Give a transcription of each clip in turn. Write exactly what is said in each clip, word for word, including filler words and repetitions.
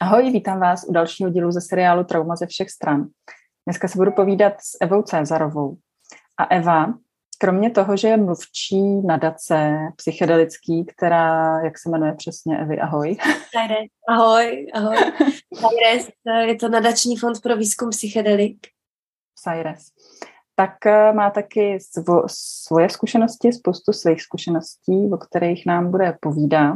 Ahoj, vítám vás u dalšího dílu ze seriálu Trauma ze všech stran. Dneska se budu povídat s Evou Cézarovou. A Eva, kromě toho, že je mluvčí nadace psychedelický, která, jak se jmenuje přesně, Evi, ahoj. Cyrus, ahoj, ahoj. Cyrus, je to nadační fond pro výzkum psychedelik. Cyrus. Tak má taky svo, svoje zkušenosti, spoustu svých zkušeností, o kterých nám bude povídat.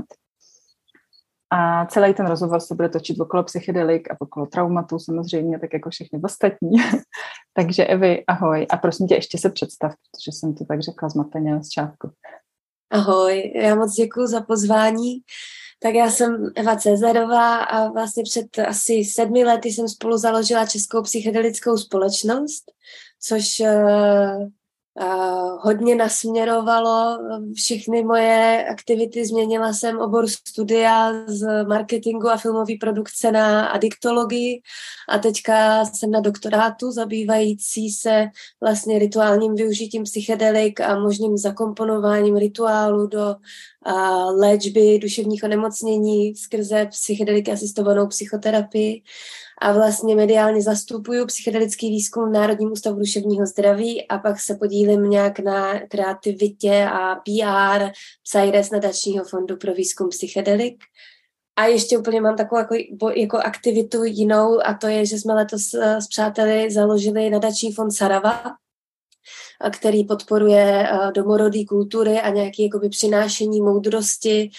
A celý ten rozhovor se bude točit okolo psychedelik a okolo traumatu samozřejmě, tak jako všechny ostatní. Takže Evi, ahoj. A prosím tě, ještě se představ, protože jsem to tak řekla zmateně na začátku. Ahoj, já moc děkuji za pozvání. Tak já jsem Eva Cézarová a vlastně před asi sedmi lety jsem spolu založila Českou psychedelickou společnost, což uh, uh, hodně nasměrovalo všechny moje aktivity. Změnila jsem obor studia z marketingu a filmové produkce na adiktologii a teďka jsem na doktorátu zabývající se vlastně rituálním využitím psychedelik a možným zakomponováním rituálu do uh, léčby duševních onemocnění skrze psychedeliky asistovanou psychoterapii. A vlastně mediálně zastupuju psychedelický výzkum v Národním ústavu duševního zdraví a pak se podílím nějak na kreativitě a P R Cyrus nadačního fondu pro výzkum psychedelik. A ještě úplně mám takovou jako, jako aktivitu jinou a to je, že jsme letos s přáteli založili nadační fond Sarava, který podporuje domorodé kultury a nějaké jakoby přinášení moudrosti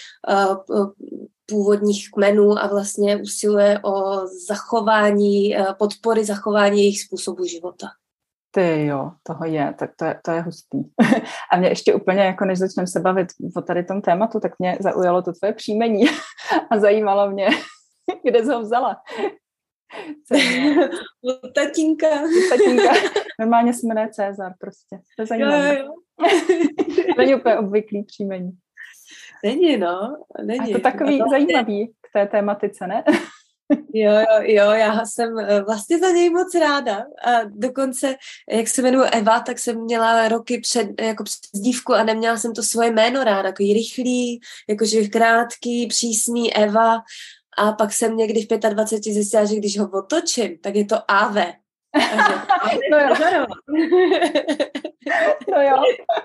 původních kmenů a vlastně usiluje o zachování, podpory zachování jejich způsobu života. Ty jo, toho je, tak to je, to je hustý. A mě ještě úplně, jako než začneme se bavit o tady tom tématu, tak mě zaujalo to tvoje příjmení a zajímalo mě, kde jsi ho vzala. Od tatínka. Od tatínka. Normálně se jmenuje Cézar prostě. To je zajímavé. Jo, jo. Není úplně obvyklý příjmení. Není, no. Není. A je to takový no, zajímavý k té tématice, ne? Jo, jo, jo, já jsem vlastně za něj moc ráda. A dokonce, jak se jmenuji Eva, tak jsem měla roky před, jako přezdívku a neměla jsem to svoje jméno ráda, jako rychlý, jakože krátký, přísný Eva. A pak jsem někdy v dvaceti pěti zjistila, že když ho otočím, tak je to Ave. Takže, no jo. no jo.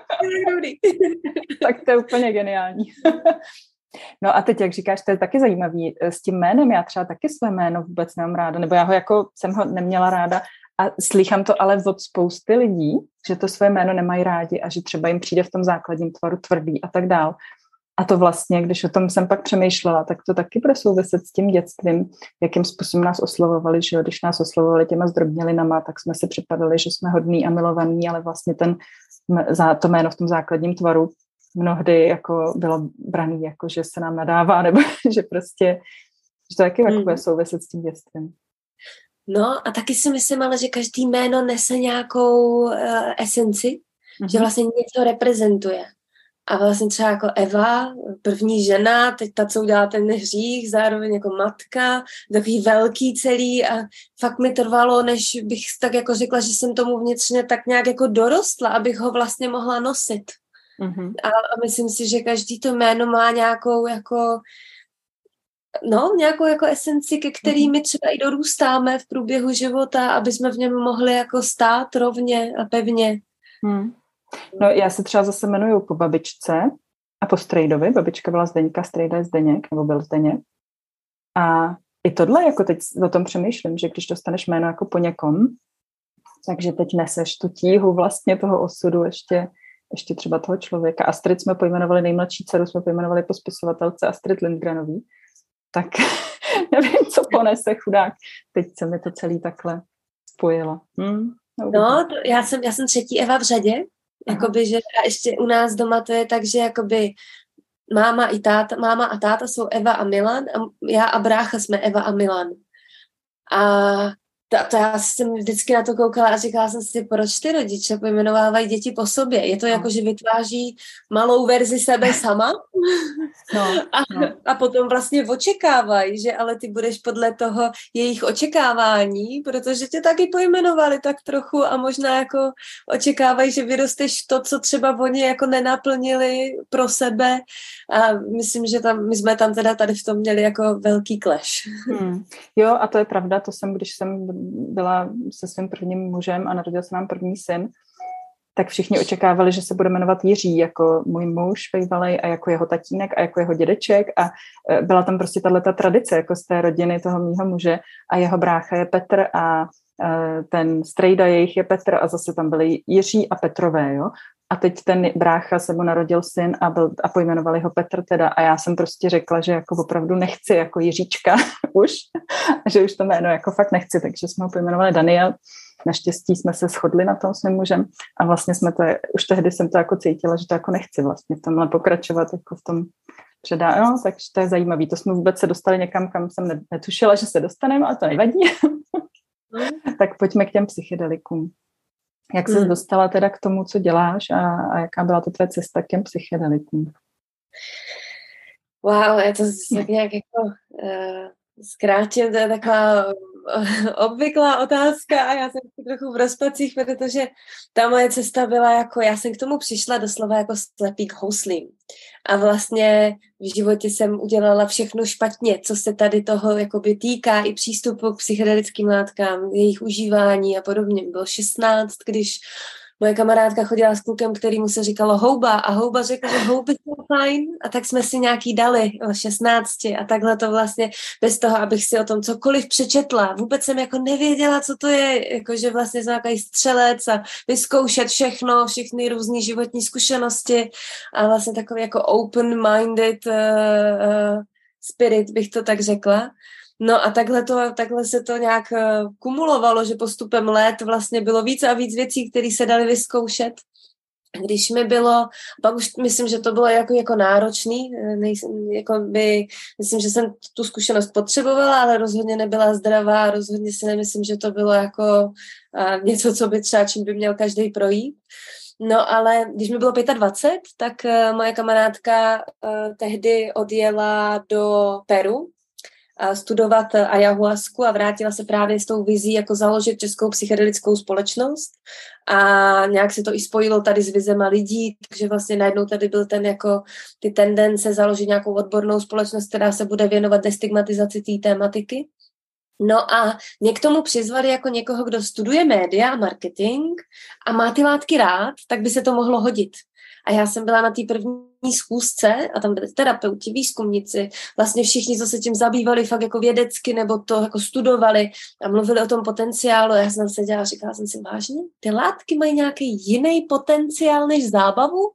Tak to je úplně geniální. No a teď, jak říkáš, to je taky zajímavý s tím jménem. Já třeba taky své jméno vůbec nemám ráda, nebo já ho jako jsem ho neměla ráda a slychám to ale od spousty lidí, že to své jméno nemají rádi a že třeba jim přijde v tom základním tvaru tvrdý a tak dál. A to vlastně, když o tom jsem pak přemýšlela, tak to taky bude souviset s tím dětstvím, jakým způsobem nás oslovovali, že jo? Když nás oslovovali těma zdrobnělinama, tak jsme si připadali, že jsme hodní a milovaní, ale vlastně ten, to jméno v tom základním tvaru mnohdy jako bylo braný, jako že se nám nadává, nebo že prostě, že to taky hmm. bude souviset s tím dětstvím. No a taky si myslím, ale že každý jméno nese nějakou uh, esenci, mm-hmm. že vlastně něco reprezentuje. A vlastně třeba jako Eva, první žena, teď ta, co udělala ten hřích, zároveň jako matka, takový velký celý a fakt mi trvalo, než bych tak jako řekla, že jsem tomu vnitřně tak nějak jako dorostla, abych ho vlastně mohla nosit. Mm-hmm. A, a myslím si, že každý to jméno má nějakou jako no, nějakou jako esenci, ke který my třeba i dorůstáme v průběhu života, aby jsme v něm mohli jako stát rovně a pevně. Hmm. No já se třeba zase jmenuju po babičce a po strejdovi. Babička byla Zdeňka, strejda je Zdeněk, nebo byl Zdeněk. A i tohle, jako teď o tom přemýšlím, že když dostaneš jméno jako po někom, takže teď neseš tu tíhu vlastně toho osudu ještě, ještě třeba toho člověka. Astrid jsme pojmenovali, nejmladší dceru jsme pojmenovali po spisovatelce Astrid Lindgrenový. Tak nevím, co ponese chudák. Teď se mi to celý takhle spojilo. Hmm, no, to, já, jsem, já jsem třetí Eva v řadě. Jakoby, že a ještě u nás doma to je tak, že jakoby máma, i táta, máma a táta jsou Eva a Milan a já a brácha jsme Eva a Milan. A to, to já jsem vždycky na to koukala a říkala jsem si, proč ty rodiče pojmenovávají děti po sobě? Je to no. jako, že vytváří malou verzi sebe sama no, a, no. a potom vlastně očekávají, že ale ty budeš podle toho jejich očekávání, protože tě taky pojmenovali tak trochu a možná jako očekávají, že vyrosteš to, co třeba oni jako nenaplnili pro sebe a myslím, že tam, my jsme tam teda tady v tom měli jako velký clash. Hmm. Jo, a to je pravda, to jsem, když jsem byla se svým prvním mužem a narodil se nám první syn, tak všichni očekávali, že se bude jmenovat Jiří jako můj muž bývalej a jako jeho tatínek a jako jeho dědeček a byla tam prostě tato tradice jako z té rodiny toho mýho muže a jeho brácha je Petr a ten strejda jejich je Petr a zase tam byli Jiří a Petrové, jo. A teď ten brácha se mu narodil syn a, byl, a pojmenovali ho Petr teda a já jsem prostě řekla, že jako opravdu nechci jako Jiříčka už, že už to jméno jako fakt nechci, takže jsme ho pojmenovali Daniel. Naštěstí jsme se shodli na tom s mým mužem a vlastně jsme to, už tehdy jsem to jako cítila, že to jako nechci vlastně v tomhle pokračovat jako v tom předá, no, takže to je zajímavý, to jsme vůbec se dostali někam, kam jsem netušila, že se dostaneme, ale to nevadí. Tak pojďme k těm psychedelikům. Jak jsi hmm. dostala teda k tomu, co děláš a, a jaká byla to tvé cesta k těm psychedelikům? Wow, je to tak nějak jako uh, zkrátím, to je taková obvyklá otázka a já jsem trochu v rozpacích, protože ta moje cesta byla jako, já jsem k tomu přišla doslova jako slepý k houslím. A vlastně v životě jsem udělala všechno špatně, co se tady toho jakoby týká i přístupu k psychedelickým látkám, jejich užívání a podobně. Bylo šestnáct, když moje kamarádka chodila s klukem, kterýmu se říkalo houba a houba řekla, že houby jsou fajn a tak jsme si nějaký dali o šestnácti a takhle to vlastně bez toho, abych si o tom cokoliv přečetla. Vůbec jsem jako nevěděla, co to je, jakože vlastně jsem nějaký střelec a vyzkoušet všechno, všechny různé životní zkušenosti a vlastně takový jako open-minded uh, uh, spirit, bych to tak řekla. No a takhle, to, takhle se to nějak uh, kumulovalo, že postupem let vlastně bylo víc a víc věcí, které se daly vyzkoušet. Když mi bylo, pak už myslím, že to bylo jako, jako náročný, nejsem, jako by, myslím, že jsem tu zkušenost potřebovala, ale rozhodně nebyla zdravá, rozhodně si nemyslím, že to bylo jako uh, něco, co by třeba čím by měl každý projít. No ale když mi bylo dvacet pět, tak uh, moje kamarádka uh, tehdy odjela do Peru studovat ayahuasku a vrátila se právě s tou vizí jako založit českou psychedelickou společnost a nějak se to i spojilo tady s vizema lidí, takže vlastně najednou tady byl ten jako ty tendence založit nějakou odbornou společnost, která se bude věnovat destigmatizaci té tématiky. No a mě k tomu přizvali jako někoho, kdo studuje média a marketing a má ty látky rád, tak by se to mohlo hodit. A já jsem byla na té první schůzce a tam byli terapeuti, výzkumníci, vlastně všichni, co se tím zabývali fakt jako vědecky nebo to jako studovali a mluvili o tom potenciálu. Já jsem seděla a říkala jsem si, vážně, ty látky mají nějaký jiný potenciál než zábavu?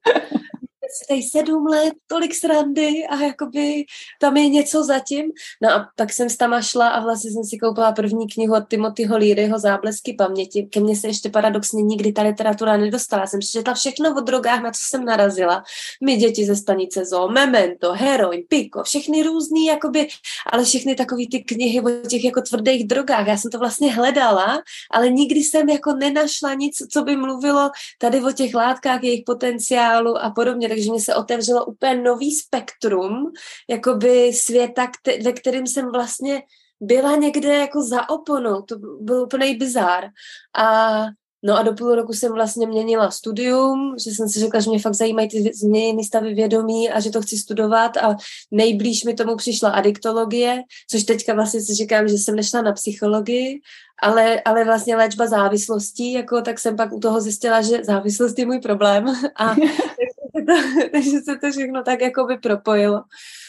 Si tady sedm let, tolik srandy a jakoby tam je něco zatím. No a pak jsem tam šla a vlastně jsem si koupila první knihu od Timothyho Learyho Záblesky paměti. Ke mně se ještě paradoxně nikdy ta literatura nedostala. Jsem přečetla všechno o drogách, na co jsem narazila. My děti ze stanice Zoo, Memento, Heroin, Pico, všechny různý, jakoby, ale všechny takový ty knihy o těch jako tvrdých drogách. Já jsem to vlastně hledala, ale nikdy jsem jako nenašla nic, co by mluvilo tady o těch látkách, jejich potenciálu a podobně. Takže mě se otevřelo úplně nový spektrum jakoby světa, kte- ve kterém jsem vlastně byla někde jako za oponou. To byl úplnej bizár. A no a do půl roku jsem vlastně měnila studium, že jsem si řekla, že mě fakt zajímají ty změněné stavy vědomí a že to chci studovat a nejblíž mi tomu přišla adiktologie, což teďka vlastně si říkám, že jsem nešla na psychologii, ale, ale vlastně léčba závislostí, jako tak jsem pak u toho zjistila, že závislost je můj problém a takže se to všechno tak jako by propojilo.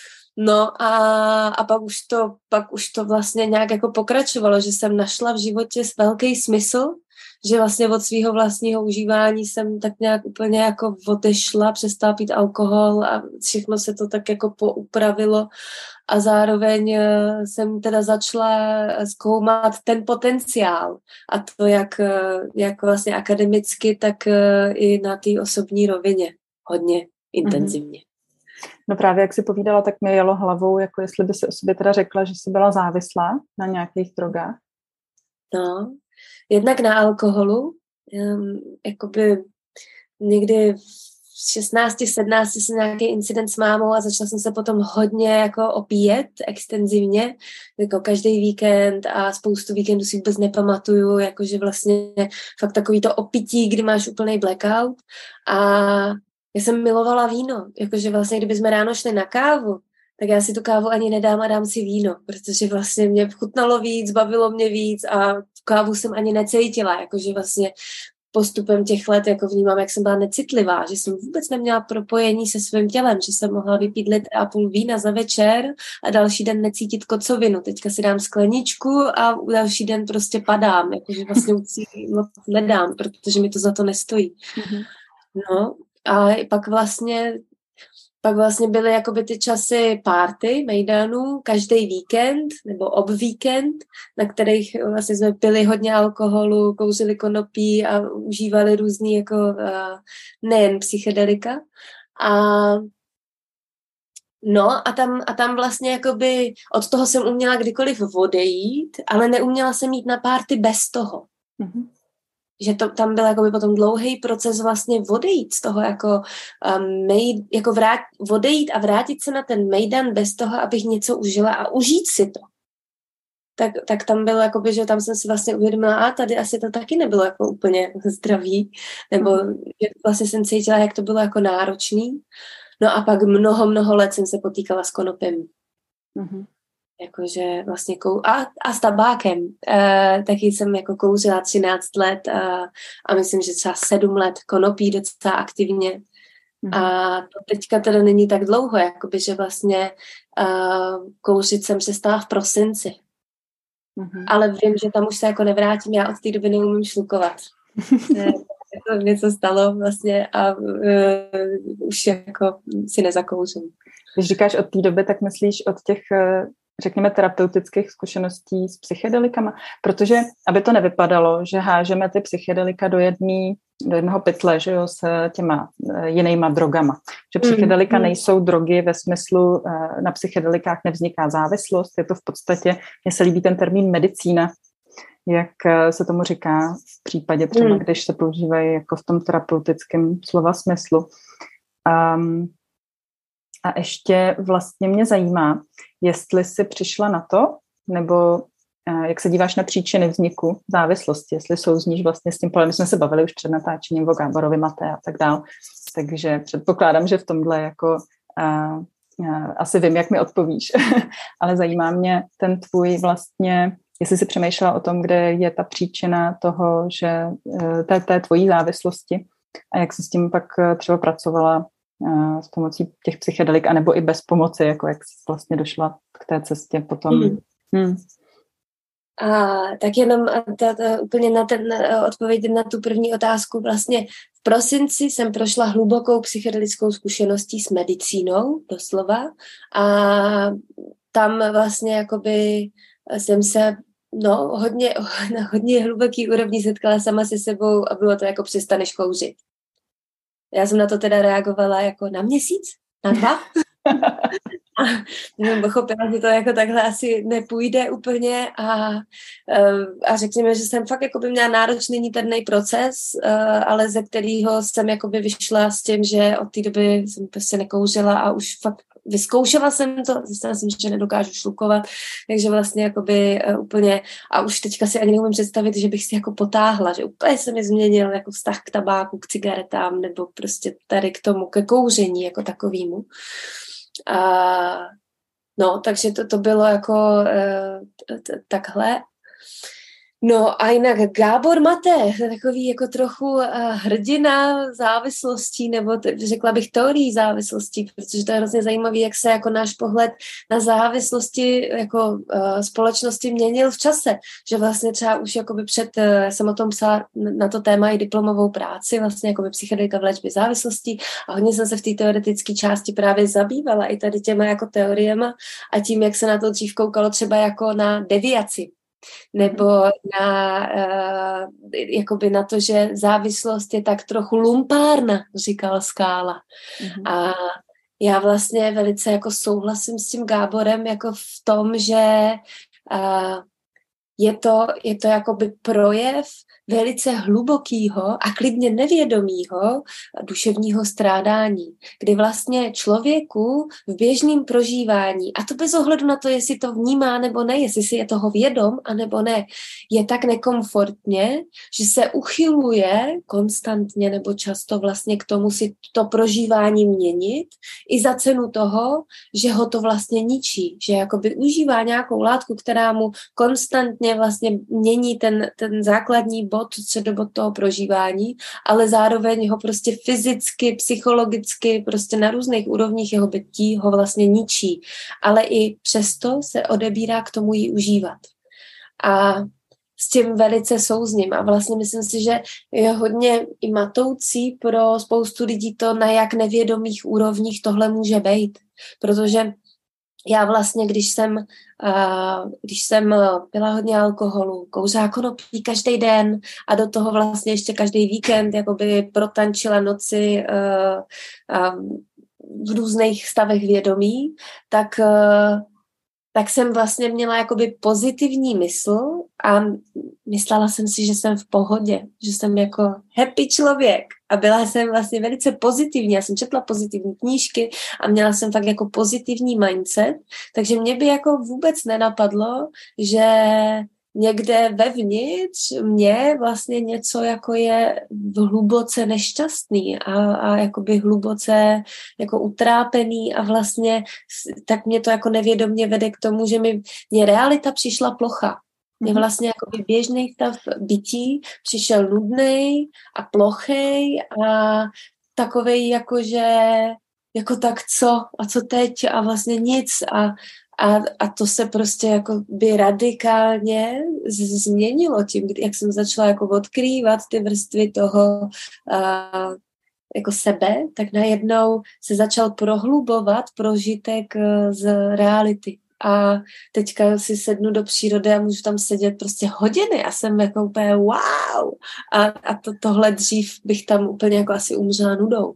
No a, a pak, už to, pak už to vlastně nějak jako pokračovalo, že jsem našla v životě velký smysl, že vlastně od svého vlastního užívání jsem tak nějak úplně jako odešla, přestala pít alkohol a všechno se to tak jako poupravilo a zároveň jsem teda začala zkoumat ten potenciál a to jak, jak vlastně akademicky, tak i na té osobní rovině hodně intenzivně. Mm-hmm. No právě jak jsi povídala, tak mi jelo hlavou, jako jestli by si o sobě teda řekla, že jsi byla závislá na nějakých drogách. No, jednak na alkoholu, um, jakoby někdy v šestnácti, sedmnácti jsem nějaký incident s mámou a začala jsem se potom hodně jako opíjet extenzivně, jako každý víkend a spoustu víkendů si vůbec nepamatuju, jakože vlastně fakt takový to opití, kdy máš úplný blackout a já jsem milovala víno, jakože vlastně kdyby jsme ráno šli na kávu, tak já si tu kávu ani nedám a dám si víno, protože vlastně mě chutnalo víc, bavilo mě víc a kávu jsem ani necítila, jakože vlastně postupem těch let jako vnímám, jak jsem byla necitlivá, že jsem vůbec neměla propojení se svým tělem, že jsem mohla vypít litr a půl vína za večer a další den necítit kocovinu. Teďka si dám skleničku a další den prostě padám, jakože vlastně moc nedám, protože mi to za to nestojí. Mm-hmm. No a pak vlastně Pak vlastně byly jakoby ty časy party, mejdanů, každý víkend nebo ob víkend, na kterých vlastně jsme pili hodně alkoholu, kouřili konopí a užívali různý jako uh, nejen psychedelika. A no a tam, a tam vlastně jakoby od toho jsem uměla kdykoliv odejít, ale neuměla jsem jít na party bez toho. Mm-hmm. Že to, tam byl jakoby potom dlouhý proces vlastně odejít z toho, jako, um, mej, jako vrát, odejít a vrátit se na ten mejdan bez toho, abych něco užila a užít si to. Tak, tak tam bylo, jakoby, že tam jsem si vlastně uvědomila, a tady asi to taky nebylo jako úplně zdravý, nebo že vlastně jsem cítila, jak to bylo jako náročný. No a pak mnoho, mnoho let jsem se potýkala s konopem. Mm-hmm. Jakože vlastně kou... a, a s tabákem. E, taky jsem jako kouřila třináct let a, a myslím, že třeba sedm let konopí docela aktivně. Mm. A to teďka teda není tak dlouho, jakoby, že vlastně uh, kouřit jsem přestala v prosinci. Mm. Ale vím, že tam už se jako nevrátím, já od té doby neumím šlukovat. To něco stalo vlastně a uh, už jako si nezakouřím. Když říkáš od té doby, tak myslíš od těch řekněme, terapeutických zkušeností s psychedelikama, protože, aby to nevypadalo, že hážeme ty psychedelika do, jedný, do jednoho pytle, že jo, s těma jinýma drogama. Že psychedelika mm. nejsou drogy ve smyslu, na psychedelikách nevzniká závislost, je to v podstatě, mně se líbí ten termín medicína, jak se tomu říká v případě třeba, mm. když se používají jako v tom terapeutickém slova smyslu. Um, A ještě vlastně mě zajímá, jestli jsi přišla na to, nebo jak se díváš na příčiny vzniku závislosti, jestli souzníš vlastně s tím polem. My jsme se bavili už před natáčením o Gáborovi Maté a tak dál, takže předpokládám, že v tomhle jako a, a, asi vím, jak mi odpovíš, ale zajímá mě ten tvůj vlastně, jestli jsi přemýšlela o tom, kde je ta příčina toho, že té, té tvojí závislosti a jak jsi s tím pak třeba pracovala s pomocí těch psychedelik, anebo i bez pomoci, jako jak jsi vlastně došla k té cestě potom. Mm. Hmm. A tak jenom ta, ta, úplně na ten na, odpověď na tu první otázku. Vlastně v prosinci jsem prošla hlubokou psychedelickou zkušeností s medicínou, doslova. A tam vlastně jakoby jsem se no, hodně, na hodně hluboký úrovni setkala sama se sebou a bylo to jako přestaneš kouřit. Já jsem na to teda reagovala jako na měsíc, na dva. A jsem pochopila, že to jako takhle asi nepůjde úplně a, a řekněme, že jsem fakt jako by měla náročný niterný proces, ale ze kterého jsem jako by vyšla s tím, že od té doby jsem prostě nekouřila a už fakt vyzkoušela jsem to, zjistila jsem, že nedokážu šlukovat, takže vlastně jakoby úplně, a už teďka si ani neumím představit, že bych si jako potáhla, že úplně se mi změnil jako vztah k tabáku, k cigaretám, nebo prostě tady k tomu, ke kouření jako takovému. A no, takže to, to bylo jako uh, t- t- takhle. No a jinak Gábor Maté, takový jako trochu uh, hrdina závislostí, nebo t- řekla bych teorií závislostí, protože to je hrozně zajímavé, jak se jako náš pohled na závislosti jako uh, společnosti měnil v čase. Že vlastně třeba už jakoby před, uh, jsem o tom psala na to téma i diplomovou práci, vlastně jakoby psychedelika v léčbě závislostí a hodně jsem se v té teoretické části právě zabývala i tady těma jako teoriema a tím, jak se na to dřív koukalo třeba jako na deviaci. Nebo na, uh, jakoby na to, že závislost je tak trochu lumpárna, říkal Skála. Mm-hmm. A já vlastně velice jako souhlasím s tím Gáborem jako v tom, že uh, je to, je to jakoby projev velice hlubokýho a klidně nevědomýho duševního strádání, kdy vlastně člověku v běžném prožívání, a to bez ohledu na to, jestli to vnímá nebo ne, jestli si je toho vědom a nebo ne, je tak nekomfortně, že se uchyluje konstantně nebo často vlastně k tomu si to prožívání měnit i za cenu toho, že ho to vlastně ničí, že jakoby užívá nějakou látku, která mu konstantně vlastně mění ten, ten základní bod, středobod toho prožívání, ale zároveň ho prostě fyzicky, psychologicky, prostě na různých úrovních jeho bytí ho vlastně ničí. Ale i přesto se odebírá k tomu ji užívat. A s tím velice souzním a vlastně myslím si, že je hodně i matoucí pro spoustu lidí to, na jak nevědomých úrovních tohle může být. Protože já vlastně, když jsem, uh, když jsem pila hodně alkoholu, kouřila konopí každý den a do toho vlastně ještě každý víkend jakoby protančila noci uh, uh, v různých stavech vědomí, tak, uh, tak jsem vlastně měla jakoby pozitivní mysl a myslela jsem si, že jsem v pohodě, že jsem jako happy člověk a byla jsem vlastně velice pozitivní. Já jsem četla pozitivní knížky a měla jsem fakt jako pozitivní mindset, takže mě by jako vůbec nenapadlo, že někde vevnitř mě vlastně něco jako je hluboce nešťastný a, a jakoby hluboce jako utrápený a vlastně tak mě to jako nevědomě vede k tomu, že mi mě realita přišla plocha. Mně vlastně jako běžný stav bytí přišel nudnej a plochej a takovej jakože jako tak co a co teď a vlastně nic a A, a to se prostě jako by radikálně z- změnilo tím, kdy, jak jsem začala jako odkrývat ty vrstvy toho uh, jako sebe, tak najednou se začal prohlubovat prožitek uh, z reality. A teďka si sednu do přírody a můžu tam sedět prostě hodiny a jsem jako úplně wow. A, a to, tohle dřív bych tam úplně jako asi umřela nudou.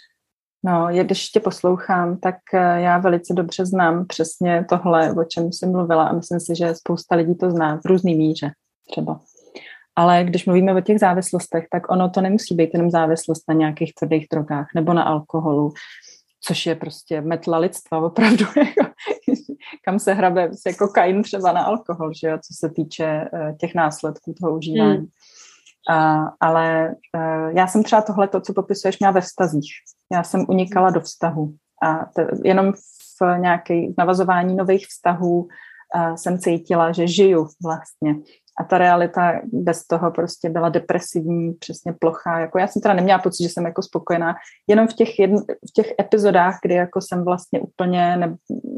No, když tě poslouchám, tak já velice dobře znám přesně tohle, o čem jsem mluvila a myslím si, že spousta lidí to zná v různý míře třeba. Ale když mluvíme o těch závislostech, tak ono to nemusí být jenom závislost na nějakých tvrdých drogách nebo na alkoholu, což je prostě metla lidstva opravdu, jako, kam se hrabe jako Kain třeba na alkohol, že jo, co se týče těch následků toho užívání. Hmm. Uh, ale uh, já jsem třeba tohle, to, co popisuješ, měla ve vztazích. Já jsem unikala do vztahu a t- jenom v nějaké navazování nových vztahů uh, jsem cítila, že žiju vlastně. A ta realita bez toho prostě byla depresivní, přesně plochá. Jako já jsem teda neměla pocit, že jsem jako spokojená. Jenom v těch, jedn, v těch epizodách, kdy jako jsem vlastně úplně ne,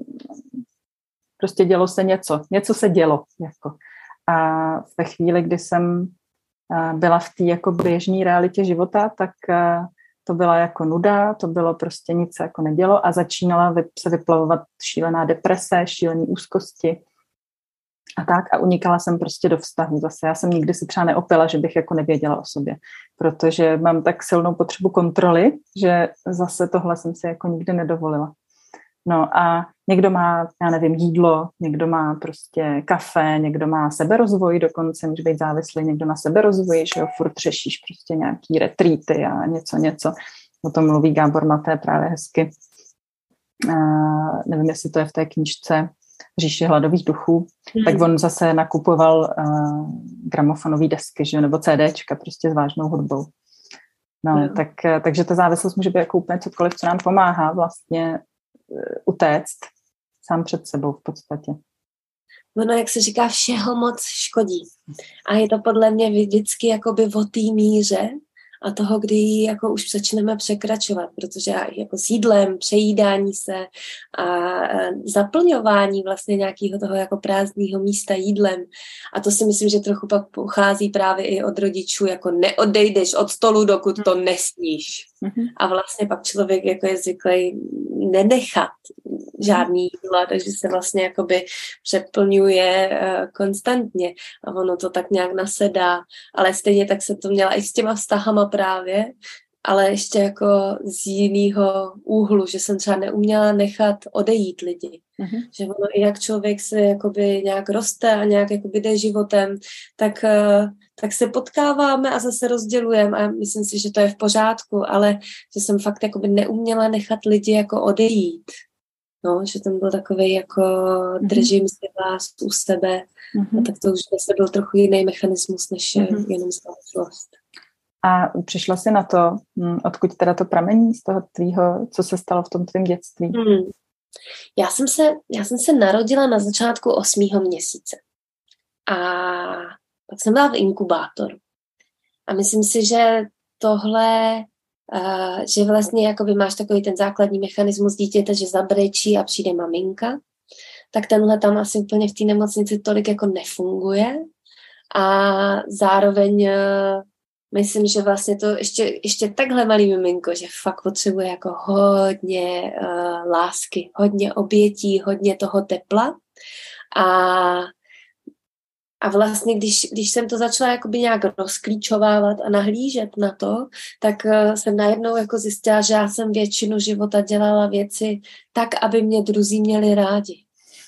prostě dělo se něco. Něco se dělo. Jako. A ve chvíli, kdy jsem byla v té jako běžné realitě života, tak to byla jako nuda, to bylo prostě nic se jako nedělo a začínala se vyplavovat šílená deprese, šílený úzkosti a tak a unikala jsem prostě do vztahu zase. Já jsem nikdy si třeba neopila, že bych jako nevěděla o sobě, protože mám tak silnou potřebu kontroly, že zase tohle jsem si jako nikdy nedovolila. No a někdo má, já nevím, jídlo, někdo má prostě kafe, někdo má seberozvoj, dokonce může být závislý někdo na seberozvoji, že jo, furt řešíš prostě nějaký retreaty a něco, něco. O tom mluví Gábor Maté právě hezky. Uh, nevím, jestli to je v té knížce Říši hladových duchů, mm. tak on zase nakupoval uh, gramofonové desky, že jo, nebo CDčka prostě s vážnou hudbou. No, mm. tak, takže ta závislost může být jako úplně cokoliv, co nám pomáhá vlastně utéct sám před sebou v podstatě. Ono, jak se říká, všeho moc škodí. A je to podle mě vždycky jakoby o té míře a toho, kdy ji jako už začneme překračovat, protože jako s jídlem, přejídání se a zaplňování vlastně nějakého toho jako prázdného místa jídlem. A to si myslím, že trochu pak pochází právě i od rodičů, jako neodejdeš od stolu, dokud to nesníš. Mm-hmm. A vlastně pak člověk jako je zvyklý nenechat žádný jídla, takže se vlastně jakoby přeplňuje uh, konstantně a ono to tak nějak nasedá, ale stejně tak se to měla i s těma vztahama právě, ale ještě jako z jiného úhlu, že jsem třeba neuměla nechat odejít lidi. Mm-hmm. Že ono, jak člověk se jakoby nějak roste a nějak jakoby jde životem, tak, tak se potkáváme a zase rozdělujeme a myslím si, že to je v pořádku, ale že jsem fakt jakoby neuměla nechat lidi jako odejít. No, že ten byl takovej jako mm-hmm. držím si vás u sebe mm-hmm. a tak to už zase byl trochu jiný mechanismus, než mm-hmm. jenom závislost. A přišla jsi na to, odkud teda to pramení z toho tvýho, co se stalo v tom tvém dětství? Hmm. Já jsem se, já jsem se narodila na začátku osmého měsíce. A pak jsem byla v inkubátoru. A myslím si, že tohle, uh, že vlastně jakoby máš takový ten základní mechanismus dítěte, že zabrečí a přijde maminka, tak tenhle tam asi úplně v té nemocnici tolik jako nefunguje. A zároveň uh, myslím, že vlastně to ještě, ještě takhle malý miminko, že fakt potřebuje jako hodně uh, lásky, hodně obětí, hodně toho tepla. A, a vlastně, když, když jsem to začala jakoby nějak rozklíčovávat a nahlížet na to, tak uh, jsem najednou jako zjistila, že já jsem většinu života dělala věci tak, aby mě druzí měli rádi.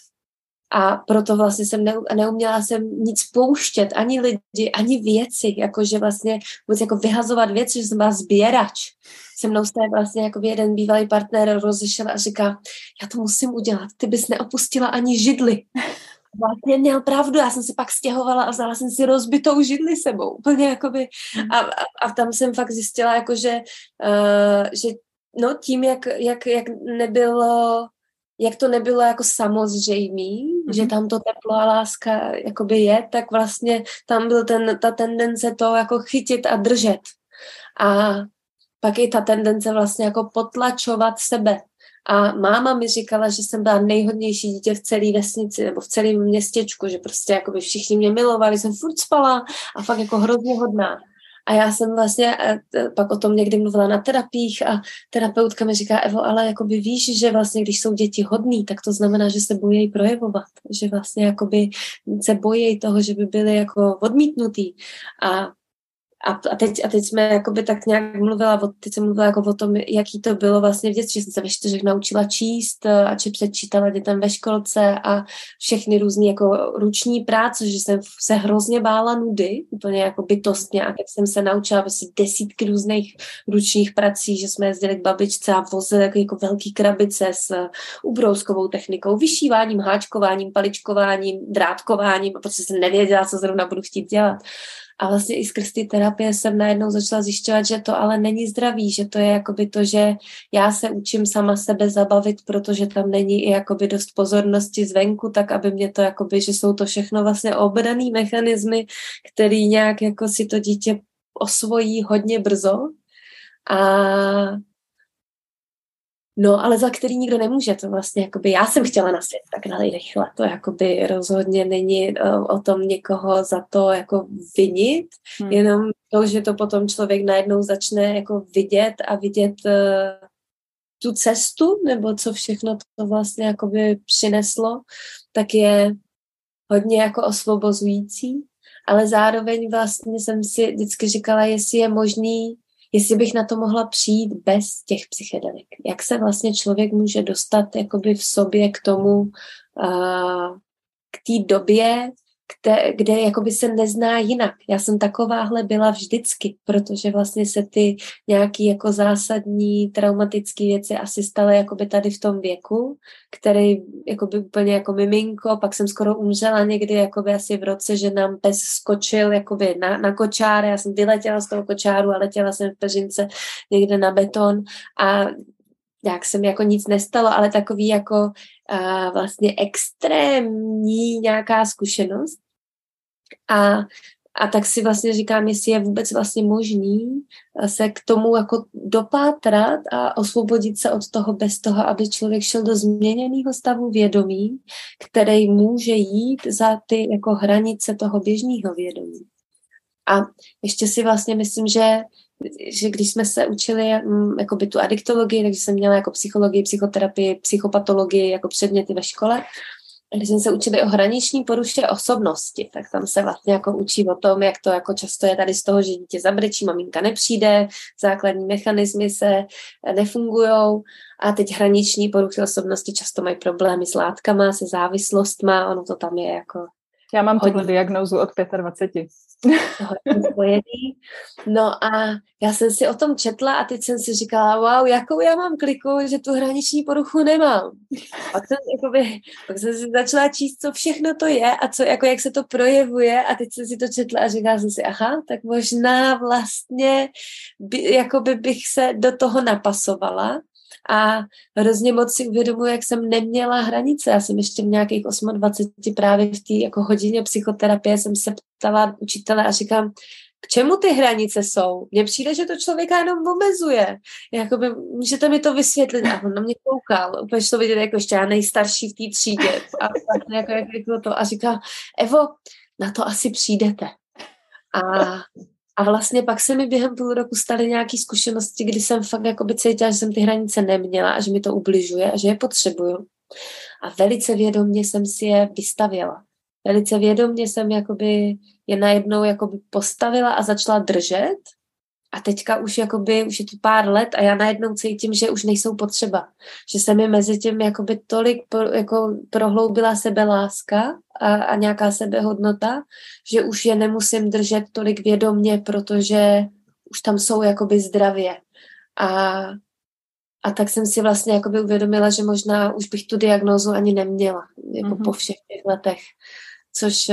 A proto vlastně jsem neuměla jsem nic pouštět, ani lidi, ani věci, jakože vlastně vůbec jako vyhazovat věci, že jsem byla sběrač. Se mnou se vlastně jako jeden bývalý partner rozešel a říká, já to musím udělat, ty bys neopustila ani židli. Vlastně měl pravdu, já jsem se pak stěhovala a vzala jsem si rozbitou židli sebou. Úplně jakoby, a, a, a tam jsem fakt zjistila, jakože, uh, že no tím, jak, jak, jak nebylo jak to nebylo jako samozřejmý, mm-hmm. že tam to teplo a láska jakoby je, tak vlastně tam byl ten, ta tendence to jako chytit a držet. A pak i ta tendence vlastně jako potlačovat sebe. A máma mi říkala, že jsem byla nejhodnější dítě v celé vesnici nebo v celém městěčku, že prostě jakoby všichni mě milovali, jsem furt spala a fakt jako hrozně hodná. A já jsem vlastně pak o tom někdy mluvila na terapiích a terapeutka mi říká, Evo, ale jakoby víš, že vlastně když jsou děti hodný, tak to znamená, že se bojí projevovat, že vlastně jakoby se bojí toho, že by byly jako odmítnutý. A A teď, a teď jsme jakoby tak nějak mluvila, teď jsem mluvila jako o tom, jaký to bylo vlastně v dětství, že jsem se ve čtyřech naučila číst a či předčítala dětem ve školce a všechny různý jako ruční práce, že jsem se hrozně bála nudy, úplně jako bytostně a teď jsem se naučila vlastně desítky různých ručních prací, že jsme jezdili k babičce a vozili jako, jako velký krabice s ubrouskovou technikou, vyšíváním, háčkováním, paličkováním, drátkováním a prostě jsem nevěděla, co zrovna budu chtít dělat. A vlastně i skrz té terapie jsem najednou začala zjišťovat, že to ale není zdravý, že to je jakoby to, že já se učím sama sebe zabavit, protože tam není i jakoby dost pozornosti zvenku, tak aby mě to jakoby, že jsou to všechno vlastně obraný mechanismy, který nějak jako si to dítě osvojí hodně brzo. A no, ale za který nikdo nemůže, to vlastně, jakoby já jsem chtěla na svět takhle rychle, to jakoby rozhodně není o, o tom někoho za to jako vinit, hmm. jenom to, že to potom člověk najednou začne jako vidět a vidět uh, tu cestu, nebo co všechno to vlastně jakoby přineslo, tak je hodně jako osvobozující, ale zároveň vlastně jsem si vždycky říkala, jestli je možný jestli bych na to mohla přijít bez těch psychedelik. Jak se vlastně člověk může dostat jakoby v sobě k tomu, uh, k té době, kde, kde jakoby se nezná jinak. Já jsem takováhle byla vždycky, protože vlastně se ty nějaký jako zásadní traumatické věci asi staly jakoby tady v tom věku, který jakoby úplně jako miminko, pak jsem skoro umřela někdy jakoby asi v roce, že nám pes skočil jakoby na, na kočár, já jsem vyletěla z toho kočáru a letěla jsem v peřince někde na beton a jak se mi jako nic nestalo, ale takový jako uh, vlastně extrémní nějaká zkušenost. A, a tak si vlastně říkám, jestli je vůbec vlastně možný se k tomu jako dopátrat a osvobodit se od toho bez toho, aby člověk šel do změněného stavu vědomí, který může jít za ty jako hranice toho běžného vědomí. A ještě si vlastně myslím, že že když jsme se učili jakoby tu adiktologii, takže jsem měla jako psychologii, psychoterapii, psychopatologii jako předměty ve škole, když jsme se učili o hraniční poruše osobnosti, tak tam se vlastně jako učí o tom, jak to jako často je tady z toho, že dítě zabrečí, maminka nepřijde, základní mechanismy se nefungujou a teď hraniční poruchy osobnosti často mají problémy s látkama, se závislostma, ono to tam je jako... Já mám tuhle diagnózu od dvaceti pěti. No a já jsem si o tom četla a teď jsem si říkala, wow, jakou já mám kliku, že tu hraniční poruchu nemám. Pak jsem, jakoby, pak jsem si začala číst, co všechno to je a co, jako jak se to projevuje a teď jsem si to četla a říkala jsem si, aha, tak možná vlastně by, jakoby bych se do toho napasovala. A hrozně moc si uvědomuji, jak jsem neměla hranice. Já jsem ještě v nějakých dvaceti osmi právě v té jako hodině psychoterapie jsem se ptala učitele a říkám, k čemu ty hranice jsou? Mně přijde, že to člověka jenom omezuje. Jakoby, můžete mi to vysvětlit? A on na mě koukal. Úplně to vidět, jako ještě já nejstarší v té třídě. A, vlastně jako, jako to. A říká, Evo, na to asi přijdete. A A vlastně pak se mi během půl roku staly nějaké zkušenosti, kdy jsem fakt jakoby cítila, že jsem ty hranice neměla a že mi to ubližuje a že je potřebuju. A velice vědomě jsem si je vystavěla. Velice vědomě jsem jakoby je najednou jakoby postavila a začala držet. A teďka už, jakoby, už je to pár let a já najednou cítím, že už nejsou potřeba. Že se mi mezi tím jakoby tolik pro, jako prohloubila sebeláska a, a nějaká sebehodnota, že už je nemusím držet tolik vědomně, protože už tam jsou jakoby zdravě. A, a tak jsem si vlastně jakoby uvědomila, že možná už bych tu diagnózu ani neměla jako mm-hmm. po všech těch letech. Což...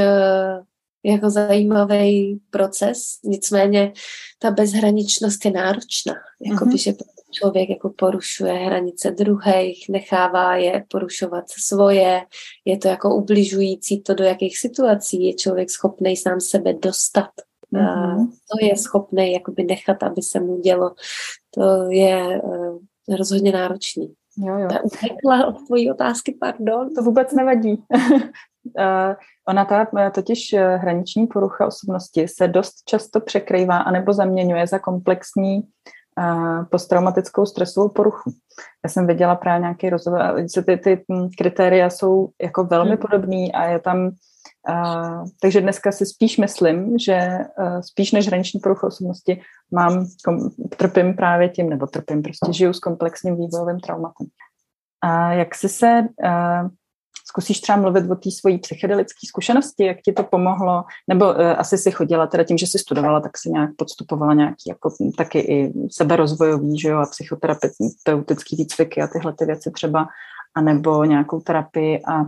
jako zajímavý proces, nicméně ta bezhraničnost je náročná. Jakoby, mm-hmm. že člověk jako porušuje hranice druhých, nechává je porušovat svoje, je to jako ubližující to, do jakých situací je člověk schopný sám sebe dostat. Mm-hmm. To je schopný jakoby nechat, aby se mu dělo. To je uh, rozhodně náročný. Jo, jo. Utekla od tvojí otázky, pardon. To vůbec nevadí. Uh, ona ta totiž hraniční porucha osobnosti se dost často překrývá anebo zaměňuje za komplexní uh, posttraumatickou stresovou poruchu. Já jsem viděla právě nějaký rozhovor, že ty, ty kritéria jsou jako velmi hmm. podobný a je tam uh, takže dneska si spíš myslím, že uh, spíš než hraniční poruchu osobnosti mám, kom, trpím právě tím, nebo trpím, prostě žiju s komplexním vývojovým traumatem. A jak jsi se uh, zkusíš třeba mluvit o té svojí psychedelické zkušenosti, jak ti to pomohlo, nebo uh, asi si chodila, teda tím, že jsi studovala, tak si nějak podstupovala nějaký jako taky i seberozvojový, že jo, a psychoterapeutický výcviky a tyhle ty věci třeba, anebo nějakou terapii a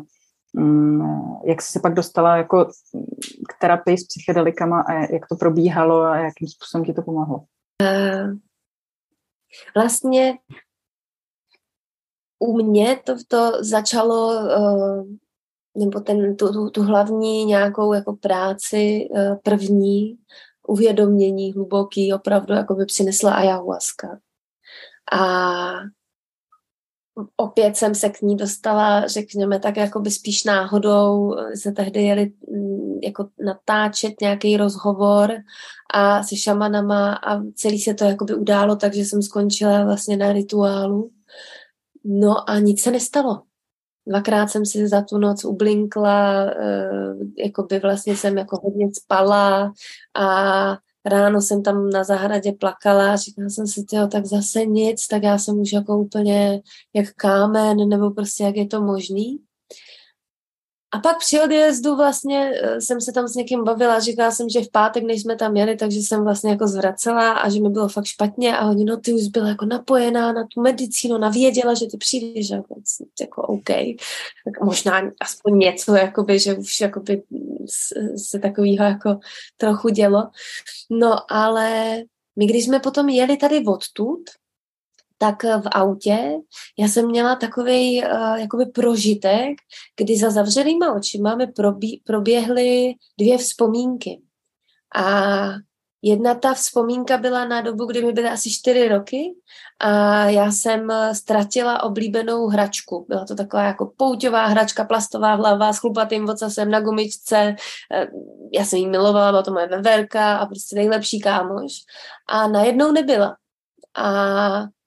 um, jak jsi se pak dostala jako k terapii s psychedelikama a jak to probíhalo a jakým způsobem ti to pomohlo? Uh, vlastně u mě to, to začalo, uh, nebo ten, tu, tu, tu hlavní nějakou jako práci uh, první, uvědomění hluboký, opravdu jako by přinesla ayahuasca. A opět jsem se k ní dostala, řekněme, tak jako by spíš náhodou, se tehdy jeli jako natáčet nějaký rozhovor a se šamanama a celý se to jako by událo, takže jsem skončila vlastně na rituálu. No a nic se nestalo. Dvakrát jsem si za tu noc ublinkla, jako by vlastně jsem jako hodně spala a ráno jsem tam na zahradě plakala a říkala jsem si, tyjo, tak zase nic, tak já jsem už jako úplně jak kámen, nebo prostě jak je to možný. A pak při odjezdu vlastně jsem se tam s někým bavila, říkala jsem, že v pátek, než jsme tam jeli, takže jsem vlastně jako zvracela a že mi bylo fakt špatně a oni, no ty už byla jako napojená na tu medicínu, navěděla, že ty přijdeš, jako, jako OK. Tak možná aspoň něco, jakoby, že už jakoby se takovýho jako trochu dělo. No ale my, když jsme potom jeli tady odtud, tak v autě já jsem měla takovej uh, jakoby prožitek, kdy za zavřenýma očima mi probí, proběhly dvě vzpomínky. A jedna ta vzpomínka byla na dobu, kdy mi byly asi čtyři roky a já jsem ztratila oblíbenou hračku. Byla to taková jako pouťová hračka, plastová hlava s chlupatým ocasem na gumičce. Já jsem jí milovala, byla to moje veverka a prostě nejlepší kámoš. A najednou nebyla. A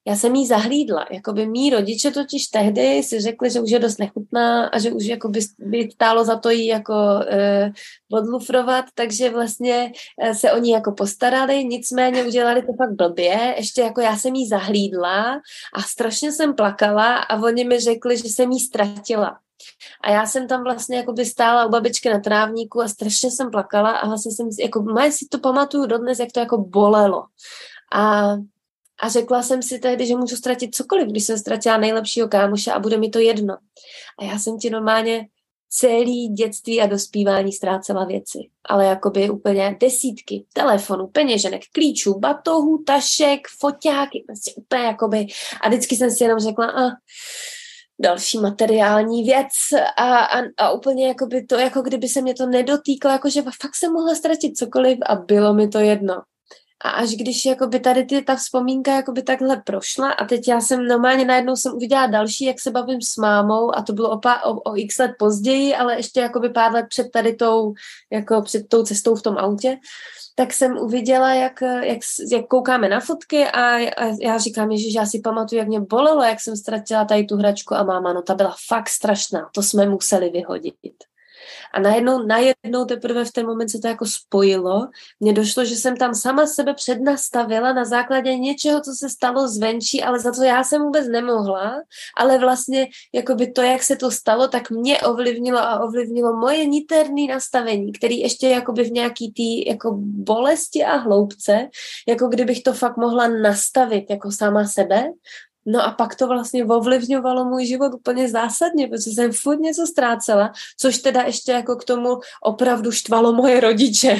já jsem jí zahlídla. Jakoby mý rodiče totiž tehdy si řekli, že už je dost nechutná a že už jakoby by stálo za to jí jako eh, odlufrovat, takže vlastně eh, se o ní jako postarali, nicméně udělali to fakt blbě. Ještě jako já jsem jí zahlídla a strašně jsem plakala a oni mi řekli, že jsem jí ztratila. A já jsem tam vlastně jakoby stála u babičky na trávníku a strašně jsem plakala a vlastně jsem jako, moje si to pamatuju dodnes, jak to jako bolelo. A A řekla jsem si tehdy, že můžu ztratit cokoliv, když jsem ztratila nejlepšího kámoše a bude mi to jedno. A já jsem ti normálně celý dětství a dospívání ztrácela věci. Ale jakoby úplně desítky telefonů, peněženek, klíčů, batohů, tašek, foťáky, prostě úplně jakoby. A vždycky jsem si jenom řekla, a další materiální věc a, a, a úplně jakoby to, jako kdyby se mě to nedotýkalo, jakože fakt jsem mohla ztratit cokoliv a bylo mi to jedno. A až když jakoby tady ty, ta vzpomínka jakoby takhle prošla a teď já jsem normálně najednou jsem uviděla další, jak se bavím s mámou a to bylo o, pá, o, o x let později, ale ještě jakoby pár let před tady tou, jako před tou cestou v tom autě, tak jsem uviděla, jak, jak, jak koukáme na fotky a, a já říkám, že já si pamatuju, jak mě bolelo, jak jsem ztratila tady tu hračku a máma, no ta byla fakt strašná, to jsme museli vyhodit. A najednou, najednou teprve v ten moment se to jako spojilo. Mně došlo, že jsem tam sama sebe přednastavila na základě něčeho, co se stalo zvenčí, ale za to já jsem vůbec nemohla, ale vlastně jakoby to, jak se to stalo, tak mě ovlivnilo a ovlivnilo moje niterné nastavení, který ještě jakoby v nějaký tý jako bolesti a hloubce, jako kdybych to fakt mohla nastavit jako sama sebe. No a pak to vlastně ovlivňovalo můj život úplně zásadně, protože jsem furt něco ztrácela, což teda ještě jako k tomu opravdu štvalo moje rodiče.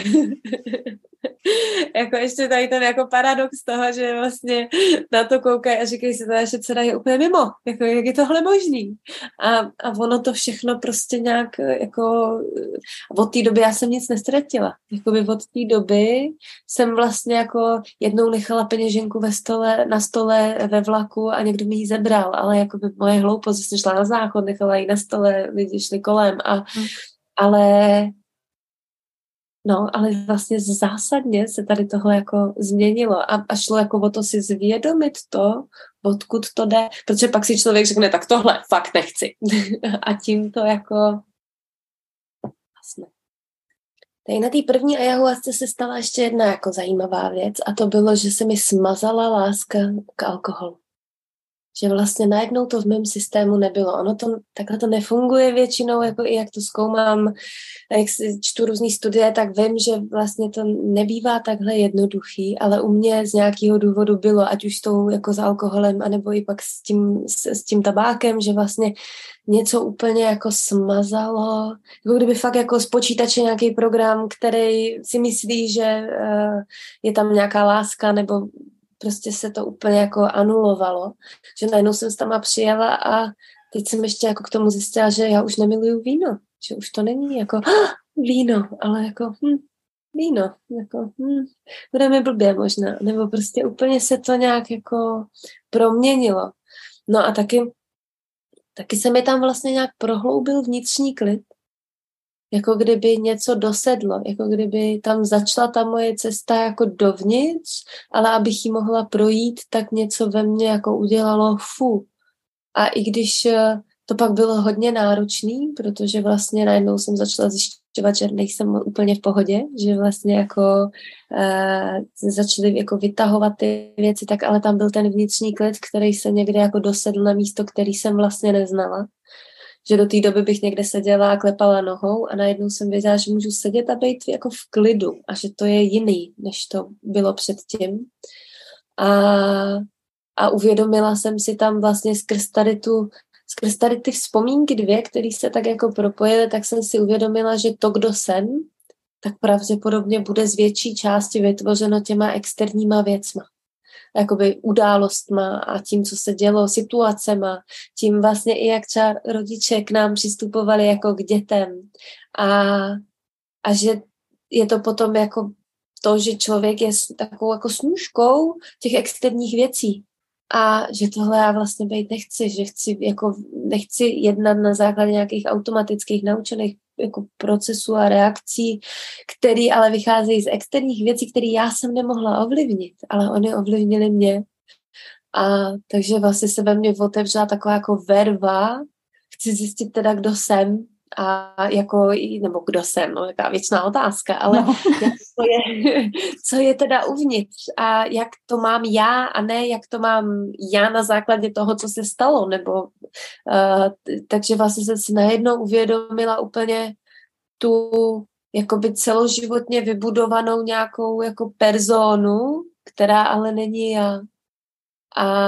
Jako ještě tady ten jako paradox toho, že vlastně na to koukají a říkají si, že dcera je úplně mimo, jako jak je tohle možný. A, a ono to všechno prostě nějak jako od té doby já jsem nic nestratila. Jakoby od té doby jsem vlastně jako jednou nechala peněženku ve stole, na stole ve vlaku a někdo mi ji zebral, ale jakoby moje hloupost, že jsem šla na záchod, nechala ji na stole, lidi šli kolem a hmm. ale No, ale vlastně zásadně se tady tohle jako změnilo a, a šlo jako o to si zvědomit to, odkud to jde, protože pak si člověk řekne, tak tohle fakt nechci. A tím to jako vlastně. Tady na té první ayahuasce se stala ještě jedna jako zajímavá věc a to bylo, že se mi smazala láska k alkoholu. Že vlastně najednou to v mém systému nebylo. Ono to, takhle to nefunguje většinou, jako i jak to zkoumám, jak si čtu různý studie, tak vím, že vlastně to nebývá takhle jednoduchý, ale u mě z nějakého důvodu bylo, ať už s tou jako s alkoholem, anebo i pak s tím, s, s tím tabákem, že vlastně něco úplně jako smazalo, jako kdyby fakt jako z počítače nějaký program, který si myslí, že uh, je tam nějaká láska, nebo prostě se to úplně jako anulovalo, že najednou jsem tam přijela a teď jsem ještě jako k tomu zjistila, že já už nemiluju víno, že už to není jako ah, víno, ale jako hm, víno, jako hm, bude mi blbě možná, nebo prostě úplně se to nějak jako proměnilo. No a taky, taky se mi tam vlastně nějak prohloubil vnitřní klid, jako kdyby něco dosedlo, jako kdyby tam začala ta moje cesta jako dovnitř, ale abych ji mohla projít, tak něco ve mně jako udělalo fu. A i když to pak bylo hodně náročný, protože vlastně najednou jsem začala zjišťovat, že nejsem úplně v pohodě, že vlastně jako uh, začaly jako vytahovat ty věci, tak ale tam byl ten vnitřní klid, který se někde jako dosedl na místo, který jsem vlastně neznala. Že do té doby bych někde seděla a klepala nohou a najednou jsem věděla, že můžu sedět a být jako v klidu a že to je jiný, než to bylo předtím. A, a uvědomila jsem si tam vlastně skrz tady, tu, skrz tady ty vzpomínky dvě, které se tak jako propojily, tak jsem si uvědomila, že to, kdo jsem, tak pravděpodobně bude z větší části vytvořeno těma externíma věcma. Jakoby událostma a tím, co se dělo, situacema, tím vlastně i jak třeba rodiče k nám přistupovali jako k dětem a, a že je to potom jako to, že člověk je takovou jako snůžkou těch externích věcí a že tohle já vlastně být nechci, že chci jako nechci jednat na základě nějakých automatických naučených jako procesů a reakcí, které ale vycházejí z externích věcí, které já jsem nemohla ovlivnit, ale oni ovlivnili mě. A takže vlastně se ve mně otevřela taková jako verva, chci zjistit teda, kdo jsem a jako, nebo kdo jsem, no taková věčná otázka, ale no. jak to je, co je teda uvnitř a jak to mám já a ne jak to mám já na základě toho, co se stalo, nebo uh, takže vlastně jsem si najednou uvědomila úplně tu jakoby celoživotně vybudovanou nějakou jako personu, která ale není já. A,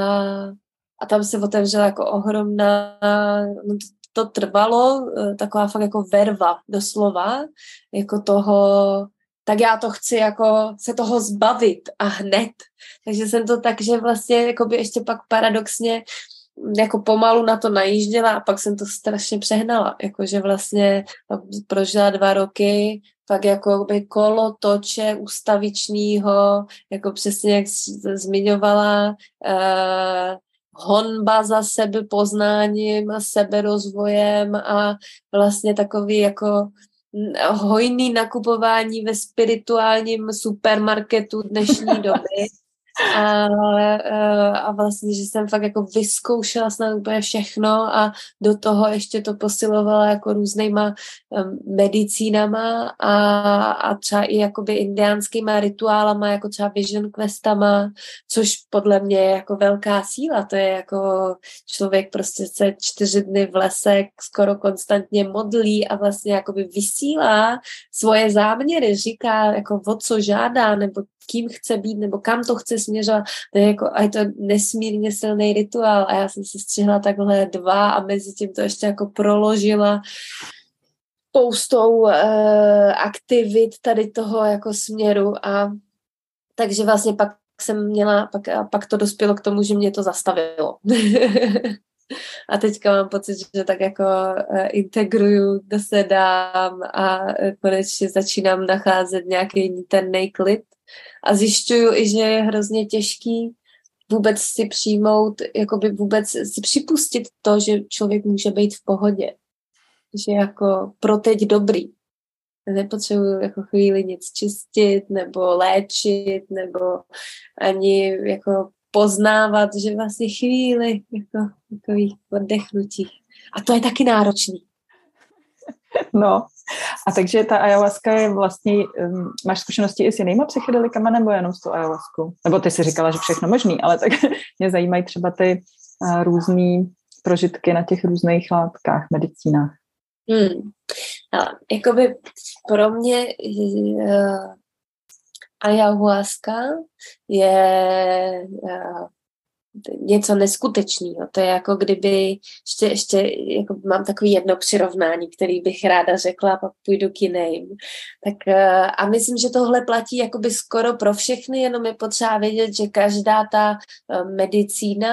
a tam se otevřela jako ohromná, no to, to trvalo, taková fakt jako verva doslova, jako toho, tak já to chci jako se toho zbavit a hned. Takže jsem to tak, že vlastně jakoby ještě pak paradoxně jako pomalu na to najížděla a pak jsem to strašně přehnala, jakože vlastně prožila dva roky pak jako by kolo toče ustavičního, jako přesně jak zmiňovala, eh, honba za sebe poznáním a seberozvojem a vlastně takový jako hojný nakupování ve spirituálním supermarketu dnešní doby. A, a vlastně, že jsem fakt jako vyzkoušela snad úplně všechno a do toho ještě to posilovala jako různýma medicínama a, a třeba i jakoby indiánskýma rituálama, jako třeba vision questama, což podle mě je jako velká síla. To je jako člověk prostě se čtyři dny v lese skoro konstantně modlí a vlastně jakoby vysílá svoje záměry, říká jako o co žádá nebo kým chce být, nebo kam to chce směřovat. To je jako, a je to nesmírně silný rituál a já jsem si střihla takhle dva a mezi tím to ještě jako proložila spoustou uh, aktivit tady toho jako směru a takže vlastně pak jsem měla, pak, a pak to dospělo k tomu, že mě to zastavilo. A teďka mám pocit, že tak jako uh, integruju, dosedám a uh, konečně začínám nacházet nějaký niterný klid. A zjišťuju i, že je hrozně těžký vůbec si přijmout, jakoby vůbec si připustit to, že člověk může být v pohodě. Že jako pro teď dobrý. Nepotřebuju jako chvíli nic čistit, nebo léčit, nebo ani jako poznávat, že vlastně chvíli jako takových oddechnutí. A to je taky náročný. No, a takže ta ayahuasca je vlastně, um, máš zkušenosti i s jinýma psychedelikama nebo jenom s tou ayahuaskou? Nebo ty si říkala, že všechno možný, ale tak mě zajímají třeba ty uh, různý prožitky na těch různých látkách, medicínách. Hmm. Ale jakoby pro mě uh, ayahuasca je uh, něco neskutečného. To je jako kdyby, ještě, ještě jako mám takový jedno přirovnání, který bych ráda řekla, pak půjdu k jiným. Tak a myslím, že tohle platí jakoby skoro pro všechny, jenom je potřeba vědět, že každá ta medicína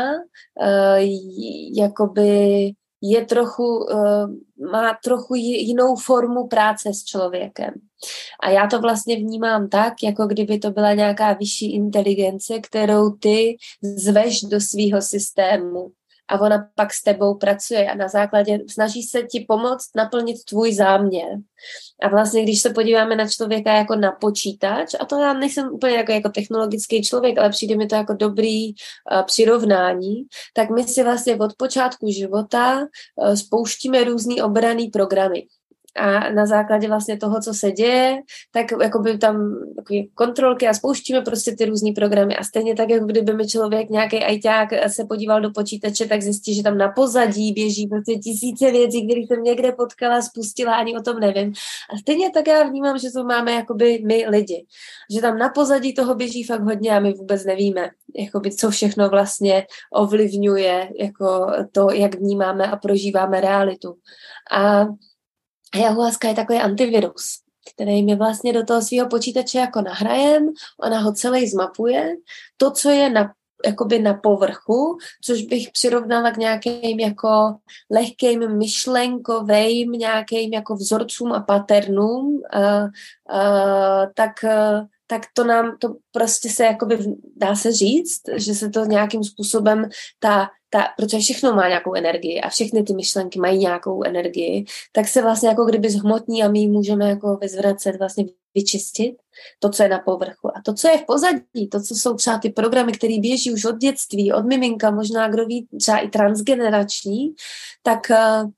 jakoby je trochu, má trochu jinou formu práce s člověkem. A já to vlastně vnímám tak, jako kdyby to byla nějaká vyšší inteligence, kterou ty zveš do svýho systému a ona pak s tebou pracuje a na základě snaží se ti pomoct naplnit tvůj záměr. A vlastně, když se podíváme na člověka jako na počítač, a to já nejsem úplně jako, jako technologický člověk, ale přijde mi to jako dobrý uh, přirovnání, tak my si vlastně od počátku života uh, spouštíme různý obranný programy. A na základě vlastně toho, co se děje, tak jakoby tam takové kontrolky a spouštíme prostě ty různý programy. A stejně tak, jako kdyby mi člověk, nějaký ajťák se podíval do počítače, tak zjistí, že tam na pozadí běží prostě tisíce věcí, které jsem někde potkala, spustila, ani o tom nevím. A stejně tak já vnímám, že to máme jakoby my lidi. Že tam na pozadí toho běží fakt hodně a my vůbec nevíme, jakoby co všechno vlastně ovlivňuje jako to, jak vnímáme a prožíváme realitu. A ayahuasca je takový antivirus, který mi vlastně do toho svého počítače jako nahrajem, ona ho celý zmapuje, to, co je na, jakoby na povrchu, což bych přirovnala k nějakým jako lehkým myšlenkovým, nějakým jako vzorcům a paternům, uh, uh, tak uh, tak to nám, to prostě se jakoby, dá se říct, že se to nějakým způsobem, ta, ta, protože všechno má nějakou energii a všechny ty myšlenky mají nějakou energii, tak se vlastně jako kdyby zhmotní a my ji můžeme jako vyzvracet vlastně v vyčistit, to, co je na povrchu. A to, co je v pozadí, to, co jsou třeba ty programy, které běží už od dětství, od miminka, možná kdo ví, třeba i transgenerační, tak,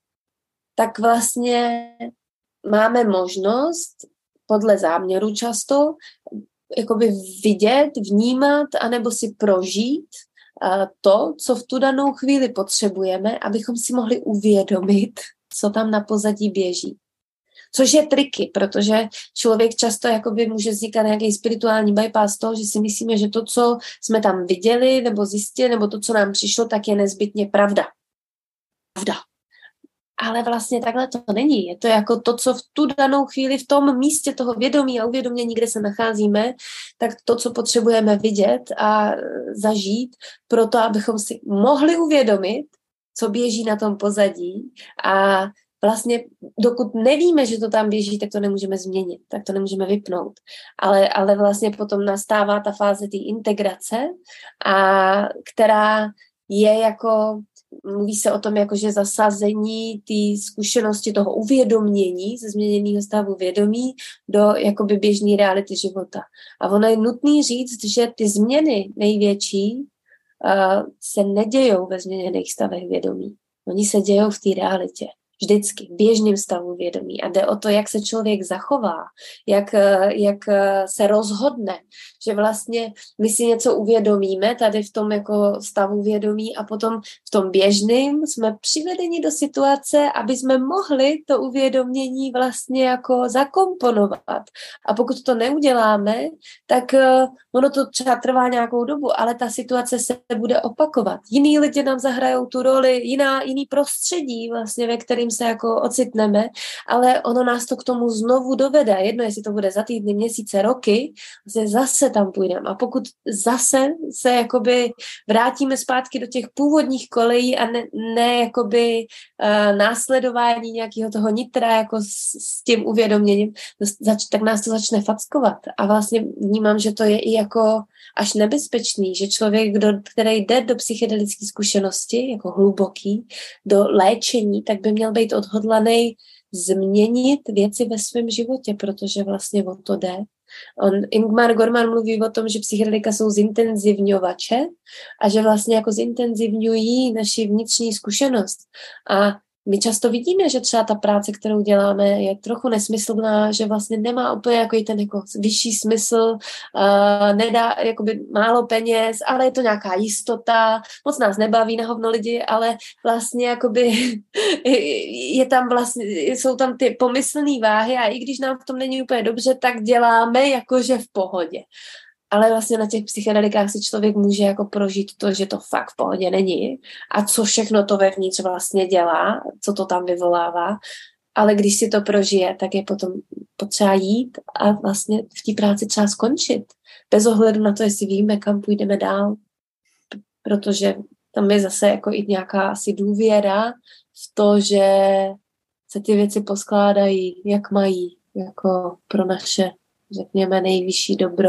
tak vlastně máme možnost podle záměru často jakoby vidět, vnímat, anebo si prožít to, co v tu danou chvíli potřebujeme, abychom si mohli uvědomit, co tam na pozadí běží. Což je triky, protože člověk často jakoby může vznikat nějaký spirituální bypass toho, že si myslíme, že to, co jsme tam viděli nebo zjistili, nebo to, co nám přišlo, tak je nezbytně pravda. Pravda. Ale vlastně takhle to není. Je to jako to, co v tu danou chvíli v tom místě toho vědomí a uvědomění, kde se nacházíme, tak to, co potřebujeme vidět a zažít, proto abychom si mohli uvědomit, co běží na tom pozadí a vlastně dokud nevíme, že to tam běží, tak to nemůžeme změnit, tak to nemůžeme vypnout. Ale, ale vlastně potom nastává ta fáze té integrace, a která je jako, mluví se o tom jako, že zasazení té zkušenosti toho uvědomění, ze změněného stavu vědomí do jakoby běžné reality života. A ono je nutný říct, že ty změny největší uh, se nedějou ve změněných stavech vědomí. Oni se dějou v té realitě. Vždycky, v běžném stavu vědomí. A jde o to, jak se člověk zachová, jak, jak se rozhodne, že vlastně my si něco uvědomíme tady v tom jako stavu vědomí a potom v tom běžném jsme přivedeni do situace, aby jsme mohli to uvědomění vlastně jako zakomponovat. A pokud to neuděláme, tak ono to třeba trvá nějakou dobu, ale ta situace se bude opakovat. Jiný lidi nám zahrajou tu roli, jiná, jiný prostředí vlastně, ve kterým se jako ocitneme, ale ono nás to k tomu znovu dovede. Jedno, jestli to bude za týdny, měsíce, roky, vlastně zase tam půjdeme. A pokud zase se jakoby vrátíme zpátky do těch původních kolejí a ne, ne jakoby uh, následování nějakého toho nitra jako s, s tím uvědoměním, zač, tak nás to začne fackovat. A vlastně vnímám, že to je i jako až nebezpečný, že člověk, kdo, který jde do psychedelické zkušenosti, jako hluboký, do léčení, tak by měl být odhodlaný změnit věci ve svém životě, protože vlastně o to jde. On, Ingmar Gorman mluví o tom, že psychedelika jsou zintenzivňovače a že vlastně jako zintenzivňují naši vnitřní zkušenost. A my často vidíme, že třeba ta práce, kterou děláme, je trochu nesmyslná, že vlastně nemá úplně jako ten jako vyšší smysl, uh, nedá jakoby málo peněz, ale je to nějaká jistota, moc nás nebaví na hovno lidi, ale vlastně jakoby je tam vlastně, jsou tam ty pomyslné váhy a i když nám v tom není úplně dobře, tak děláme jakože v pohodě. Ale vlastně na těch psychedelikách si člověk může jako prožít to, že to fakt v pohodě není a co všechno to vevnitř vlastně dělá, co to tam vyvolává. Ale když si to prožije, tak je potom potřeba jít a vlastně v té práci třeba skončit. Bez ohledu na to, jestli víme, kam půjdeme dál. Protože tam je zase jako i nějaká asi důvěra v to, že se ty věci poskládají, jak mají, jako pro naše, řekněme, nejvyšší dobro.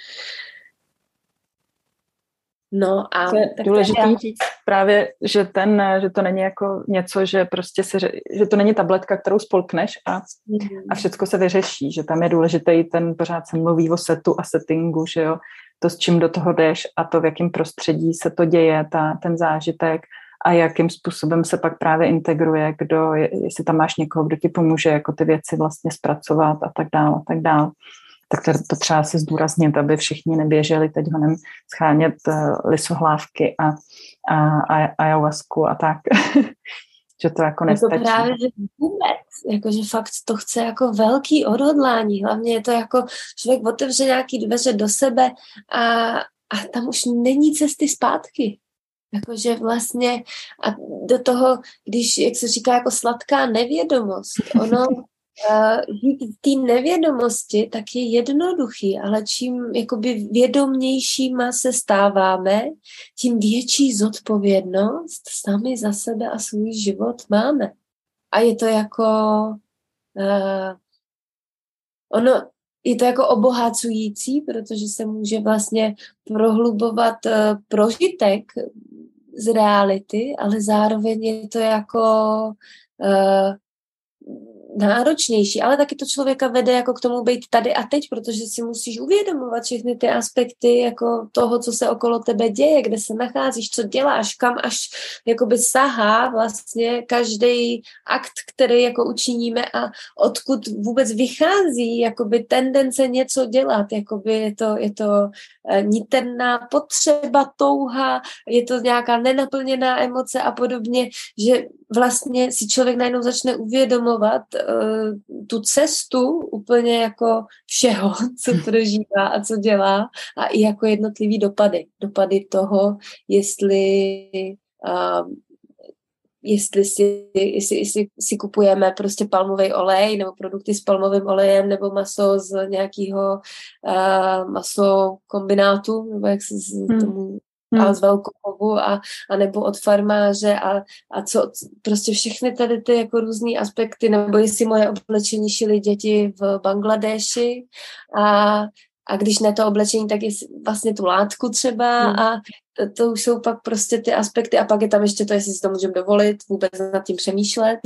No a to je důležitý já... říct právě, že, ten, že to není jako něco, že prostě se, že to není tabletka, kterou spolkneš a, mm. a všecko se vyřeší, že tam je důležitý ten, pořád se mluví o setu a settingu, že jo, to, s čím do toho jdeš a to, v jakém prostředí se to děje, ta, ten zážitek a jakým způsobem se pak právě integruje, kdo, jestli tam máš někoho, kdo ti pomůže jako ty věci vlastně zpracovat a tak dále, a tak dále. Tak to, to třeba si zdůraznit, aby všichni neběželi teď honem schánět uh, lisohlávky a, a, a ayahuasku a tak. Že to jako nestačí. Jako právě, že vůbec, jakože fakt to chce jako velký odhodlání. Hlavně je to jako, člověk otevře nějaký dveře do sebe a, a tam už není cesty zpátky. Jakože vlastně a do toho, když, jak se říká, jako sladká nevědomost, ono žít v té nevědomosti tak je jednoduchý, ale čím jakoby vědomějšíma se stáváme, tím větší zodpovědnost sami za sebe a svůj život máme. A je to jako uh, ono je to jako obohacující, protože se může vlastně prohlubovat uh, prožitek z reality, ale zároveň je to jako uh, náročnější, ale taky to člověka vede jako k tomu být tady a teď, protože si musíš uvědomovat všechny ty aspekty jako toho, co se okolo tebe děje, kde se nacházíš, co děláš, kam až jakoby sahá vlastně každý akt, který jako učiníme a odkud vůbec vychází jakoby tendence něco dělat, jakoby je to, je to niterná potřeba, touha, je to nějaká nenaplněná emoce a podobně, že vlastně si člověk najednou začne uvědomovat uh, tu cestu úplně jako všeho, co prožívá a co dělá a i jako jednotlivý dopady. Dopady toho, jestli uh, jestli si, jestli, jestli si kupujeme prostě palmový olej nebo produkty s palmovým olejem nebo maso z nějakého uh, maso kombinátu, nebo jak se hmm. tomu Hmm. a z velkochovu a, a nebo od farmáře a, a co, prostě všechny tady ty jako různý aspekty, nebo jestli moje oblečení šily děti v Bangladeši a, a když ne to oblečení, tak je vlastně tu látku třeba hmm. a to, to už jsou pak prostě ty aspekty a pak je tam ještě to, jestli si to můžeme dovolit, vůbec nad tím přemýšlet.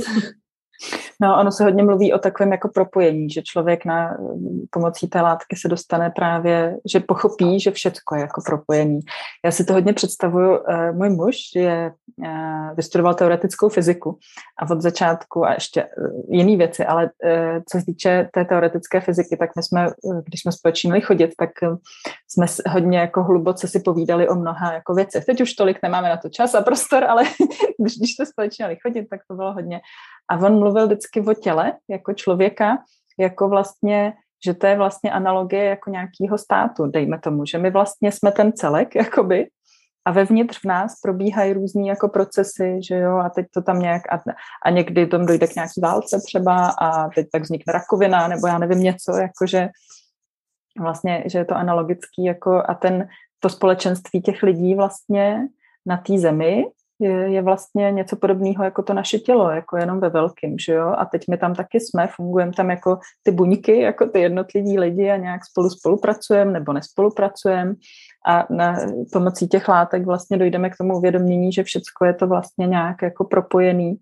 No, ono se hodně mluví o takovém jako propojení, že člověk na pomocí té látky se dostane právě, že pochopí, že všecko je jako propojení. Já si to hodně představuju, uh, můj muž je, uh, vystudoval teoretickou fyziku a od začátku a ještě uh, jiný věci, ale uh, co se týče té teoretické fyziky, tak my jsme, uh, když jsme společně měli chodit, tak uh, jsme hodně jako hluboce si povídali o mnoha jako věcech. Teď už tolik nemáme na to čas a prostor, ale když, když jsme společně měli chodit, tak to bylo hodně. A on mluvil vždycky o těle jako člověka, jako vlastně, že to je vlastně analogie jako nějakého státu, dejme tomu, že my vlastně jsme ten celek, jakoby, a vevnitř v nás probíhají různý jako procesy, že jo, a teď to tam nějak, a, a někdy tam dojde k nějaký válce třeba a teď tak vznikne rakovina, nebo já nevím něco, jakože vlastně, že je to analogický, jako a ten, to společenství těch lidí vlastně na té zemi, Je, je vlastně něco podobného jako to naše tělo, jako jenom ve velkým, že jo? A teď my tam taky jsme, fungujeme tam jako ty buňky, jako ty jednotliví lidi a nějak spolu spolupracujeme nebo nespolupracujeme a na pomocí těch látek vlastně dojdeme k tomu uvědomění, že všecko je to vlastně nějak jako propojený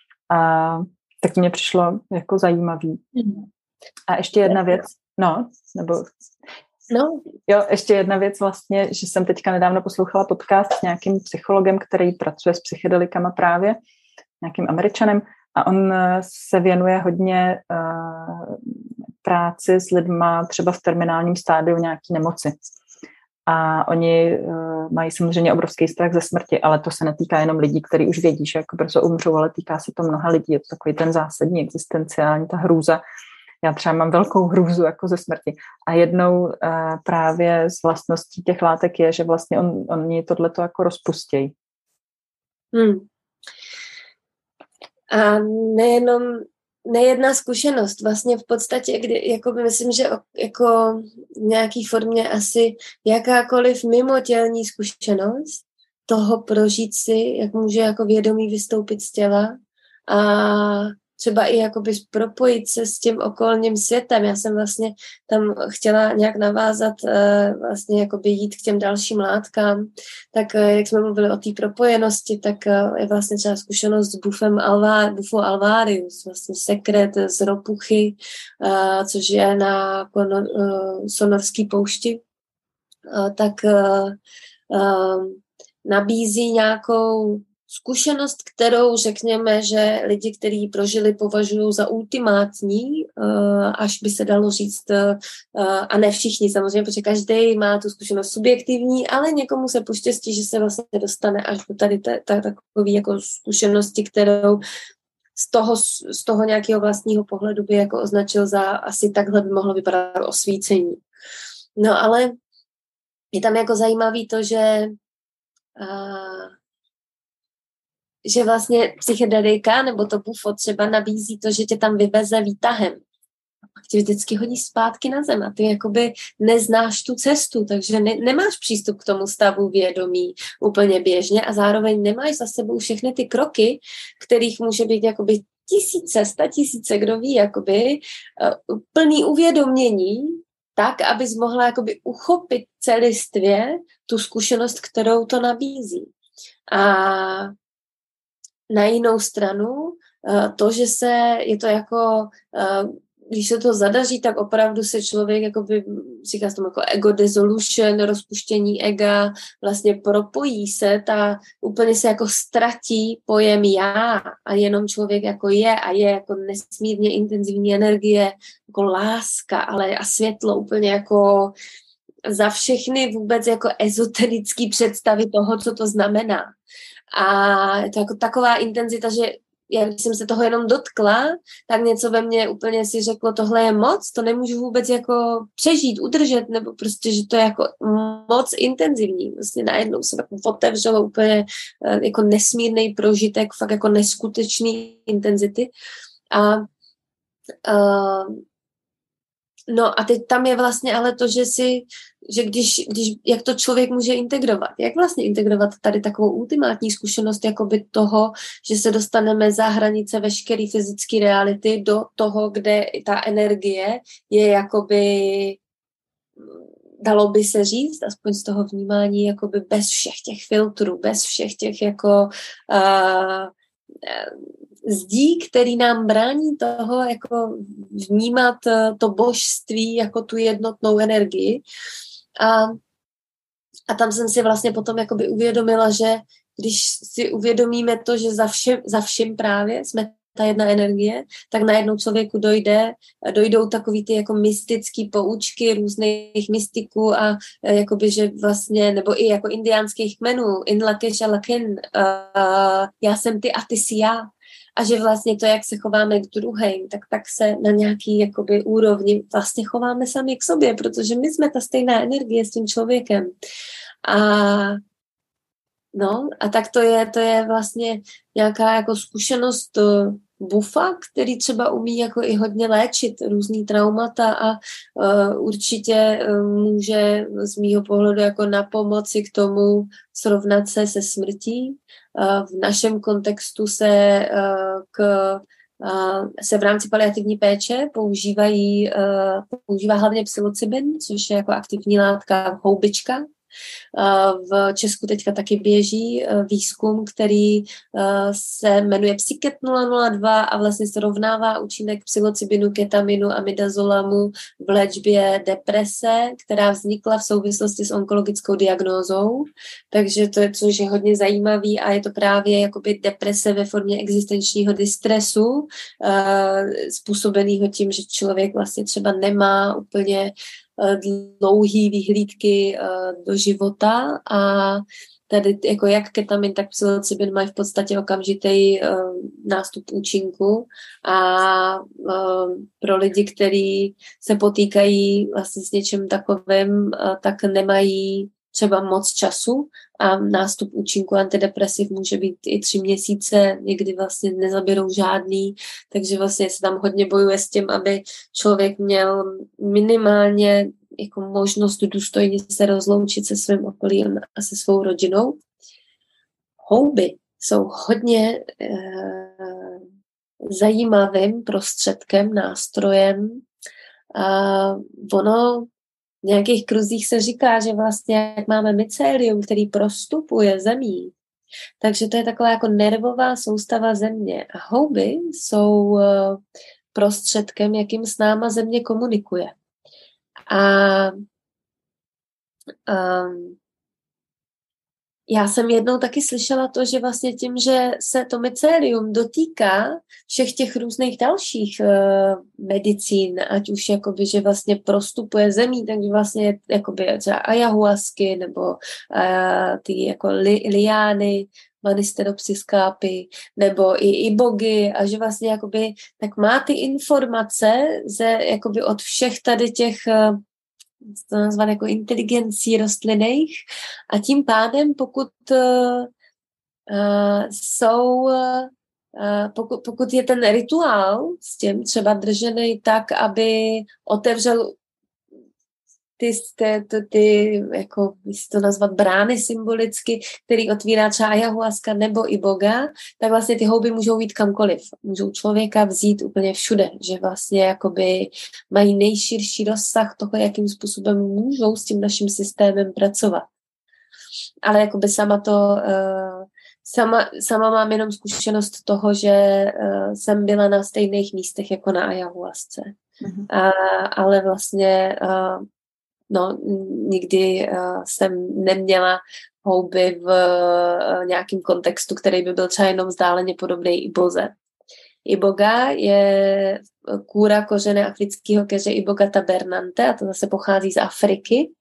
a tak mně přišlo jako zajímavý. A ještě jedna věc, no, nebo... No. Jo, ještě jedna věc vlastně, že jsem teďka nedávno poslouchala podcast s nějakým psychologem, který pracuje s psychedelikama právě, nějakým Američanem a on se věnuje hodně uh, práci s lidma třeba v terminálním stádiu nějaký nemoci. A oni uh, mají samozřejmě obrovský strach ze smrti, ale to se netýká jenom lidí, kteří už vědí, že jako brzo umřou, ale týká se to mnoha lidí. Je to takový ten zásadní existenciální, ta hrůza. Já třeba mám velkou hrůzu jako ze smrti. A jednou uh, právě z vlastností těch látek je, že vlastně on, oni tohleto jako rozpustějí. Hmm. A nejenom nejedna zkušenost. Vlastně v podstatě, kdy, jako by myslím, že jako v nějaký formě asi jakákoliv mimotělní zkušenost toho prožít si, jak může jako vědomí vystoupit z těla a třeba i jakoby propojit se s tím okolním světem. Já jsem vlastně tam chtěla nějak navázat, vlastně jakoby jít k těm dalším látkám. Tak jak jsme mluvili o té propojenosti, tak je vlastně třeba zkušenost s bufem alva, bufo alvarius, vlastně sekret z ropuchy, což je na Sonorský poušti. Tak nabízí nějakou zkušenost, kterou řekněme, že lidi, kteří prožili, považují za ultimátní, až by se dalo říct, a ne všichni samozřejmě, protože každý má tu zkušenost subjektivní, ale někomu se poštěstí, že se vlastně dostane až do tady takové jako zkušenosti, kterou z toho, z toho nějakého vlastního pohledu by jako označil za asi takhle by mohlo vypadat osvícení. No ale je tam jako zajímavý to, že že vlastně psychedelika nebo to bufo třeba nabízí to, že tě tam vyveze výtahem. A pak tě vždycky hodí zpátky na zem a ty jakoby neznáš tu cestu, takže ne, nemáš přístup k tomu stavu vědomí úplně běžně a zároveň nemáš za sebou všechny ty kroky, kterých může být jakoby tisíce, sta tisíce, kdo ví, jakoby uh, plný uvědomění, tak, abys mohla jakoby uchopit celistvě tu zkušenost, kterou to nabízí. A na jinou stranu to, že se, je to jako, když se to zadaří, tak opravdu se člověk, jakoby, říká se tomu jako ego dissolution, rozpuštění ega, vlastně propojí se, ta úplně se jako ztratí pojem já a jenom člověk jako je a je jako nesmírně intenzivní energie, jako láska, ale a světlo úplně jako za všechny vůbec jako ezoterický představy toho, co to znamená. A je to jako taková intenzita, že já když jsem se toho jenom dotkla, tak něco ve mně úplně si řeklo, tohle je moc, to nemůžu vůbec jako přežít, udržet, nebo prostě, že to je jako moc intenzivní. Vlastně najednou se tak otevřelo úplně jako nesmírný prožitek, fakt jako neskutečný intenzity. A uh, no a teď tam je vlastně ale to, že si, že když, když, jak to člověk může integrovat, jak vlastně integrovat tady takovou ultimátní zkušenost jakoby toho, že se dostaneme za hranice veškeré fyzické reality do toho, kde ta energie je jakoby, dalo by se říct, aspoň z toho vnímání, jakoby bez všech těch filtrů, bez všech těch jako uh, zdí, který nám brání toho jako vnímat to božství jako tu jednotnou energii. A, a tam jsem si vlastně potom jakoby uvědomila, že když si uvědomíme to, že za všem, za všem právě jsme ta jedna energie, tak najednou člověku dojde, dojdou takový ty jako mystický poučky různých mystiků a jakoby, že vlastně, nebo i jako indiánských kmenů, in lakesh a laken, uh, já jsem ty a ty jsi já. A že vlastně to, jak se chováme k druhým, tak tak se na nějaký jakoby úrovni vlastně chováme sami k sobě, protože my jsme ta stejná energie s tím člověkem. A no, a tak to je, to je vlastně nějaká jako zkušenost bufa, který třeba umí jako i hodně léčit různý traumata a uh, určitě uh, může z mýho pohledu jako na pomoci k tomu srovnat se se smrtí. Uh, v našem kontextu se uh, k uh, se v rámci paliativní péče používají uh, používá hlavně psilocybin, což je jako aktivní látka houbička. V Česku teďka taky běží výzkum, který se jmenuje Psyket nula nula dva a vlastně srovnává účinek psilocybinu, ketaminu a midazolamu v léčbě deprese, která vznikla v souvislosti s onkologickou diagnózou. Takže to je, což je hodně zajímavý a je to právě jakoby deprese ve formě existenčního distresu, způsobeného tím, že člověk vlastně třeba nemá úplně dlouhý výhlídky do života a tady jako jak ketamin, tak psilocybin mají v podstatě okamžitý nástup účinku a pro lidi, kteří se potýkají vlastně s něčím takovým, tak nemají třeba moc času a nástup účinku antidepresiv může být i tři měsíce, někdy vlastně nezaběrou žádný, takže vlastně se tam hodně bojuje s tím, aby člověk měl minimálně jako možnost důstojně se rozloučit se svým okolím a se svou rodinou. Houby jsou hodně eh, zajímavým prostředkem, nástrojem. A ono v nějakých kruzích se říká, že vlastně jak máme mycelium, který prostupuje zemí, takže to je taková jako nervová soustava země. A houby jsou eh, prostředkem, jakým s náma země komunikuje. A um, já jsem jednou taky slyšela to, že vlastně tím, že se to mycelium dotýká všech těch různých dalších uh, medicín, ať už jakoby, že vlastně prostupuje zemí, tak vlastně jakoby třeba ayahuasky nebo uh, ty jako li, liány, manisteropsiskápy nebo i ibogy a že vlastně jakoby, tak má ty informace ze, jakoby od všech tady těch to nazvat jako inteligencí rostlinných a tím pádem pokud uh, uh, jsou uh, pokud, pokud je ten rituál s tím třeba držený tak, aby otevřel ty, ty, ty, ty jako, si to nazvat brány symbolicky, který otvírá třeba ayahuasca nebo iboga, tak vlastně ty houby můžou jít kamkoliv. Můžou člověka vzít úplně všude, že vlastně jakoby mají nejširší rozsah toho, jakým způsobem můžou s tím naším systémem pracovat. Ale jakoby sama to, uh, Sama, sama mám jenom zkušenost toho, že uh, jsem byla na stejných místech jako na ayahuasce. Mm-hmm. A, ale vlastně uh, no, nikdy uh, jsem neměla houby v uh, nějakém kontextu, který by byl třeba jenom vzdáleně podobný iboze. Iboga je kůra kořene afrického keře Iboga tabernante a to zase pochází z Afriky.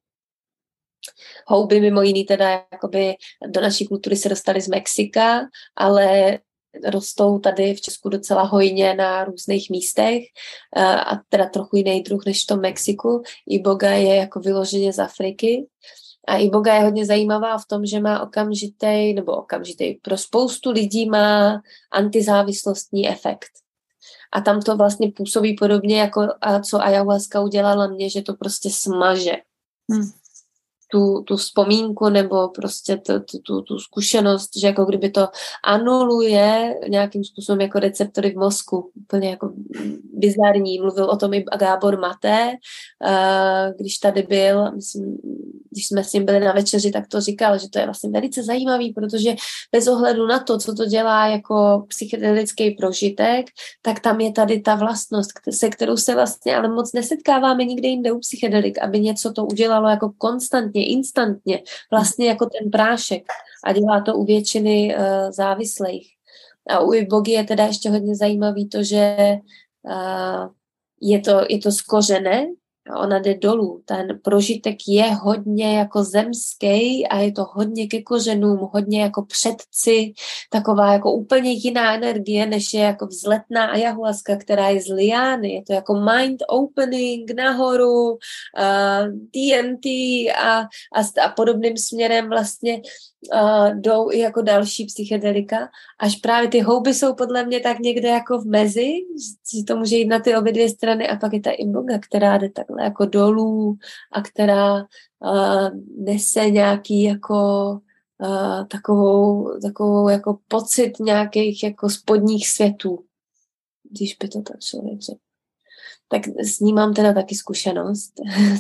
Houby mimo jiný teda jakoby do naší kultury se dostaly z Mexika, ale rostou tady v Česku docela hojně na různých místech a teda trochu jiný druh než v tom Mexiku. Iboga je jako vyloženě z Afriky. A iboga je hodně zajímavá v tom, že má okamžitý, nebo okamžitý, pro spoustu lidí má antizávislostní efekt. A tam to vlastně působí podobně, jako a co ayahuasca udělala mě, že to prostě smaže. Hmm. Tu, tu vzpomínku nebo prostě tu, tu, tu zkušenost, že jako kdyby to anuluje nějakým způsobem jako receptory v mozku. Úplně jako bizarní. Mluvil o tom i Gábor Maté, když tady byl, myslím, když jsme s ním byli na večeři, tak to říkal, že to je vlastně velice zajímavý, protože bez ohledu na to, co to dělá jako psychedelický prožitek, tak tam je tady ta vlastnost, se kterou se vlastně ale moc nesetkáváme nikde jinde u psychedelik, aby něco to udělalo jako konstantně, instantně, vlastně jako ten prášek a dělá to u většiny uh, závislých. A u ibogy je teda ještě hodně zajímavý to, že uh, je to, je to skořené, a ona jde dolů. Ten prožitek je hodně jako zemský a je to hodně ke kořenům, hodně jako předci, taková jako úplně jiná energie, než je jako vzletná ayahuasca, která je z liány. Je to jako mind opening nahoru, uh, D M T a, a, a podobným směrem vlastně uh, jdou i jako další psychedelika. Až právě ty houby jsou podle mě tak někde jako v mezi, že to může jít na ty obě dvě strany a pak je ta iboga, která jde takhle jako dolů a která uh, nese nějaký jako uh, takovou, takovou jako pocit nějakých jako spodních světů, když by to tak člověk řekl. Tak s ní mám teda taky zkušenost.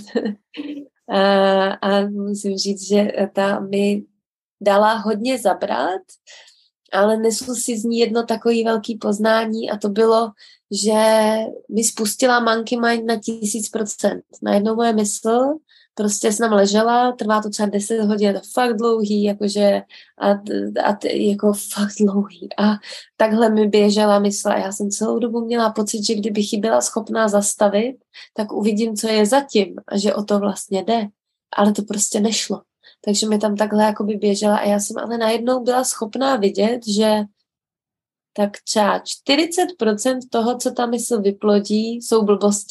a, a musím říct, že ta mi dala hodně zabrat, ale nesu si z ní jedno takový velký poznání a to bylo, že mi spustila Monkey Mind na tisíc procent. Najednou moje mysl prostě jsem tam ležela, trvá to třeba deset hodin, je to fakt dlouhý, jakože a, a jako fakt dlouhý. A takhle mi běžela mysl a já jsem celou dobu měla pocit, že kdybych ji byla schopná zastavit, tak uvidím, co je zatím a že o to vlastně jde. Ale to prostě nešlo. Takže mi tam takhle jakoby běžela a já jsem ale najednou byla schopná vidět, že tak třeba čtyřicet procent toho, co ta mysl vyplodí, jsou blbosti.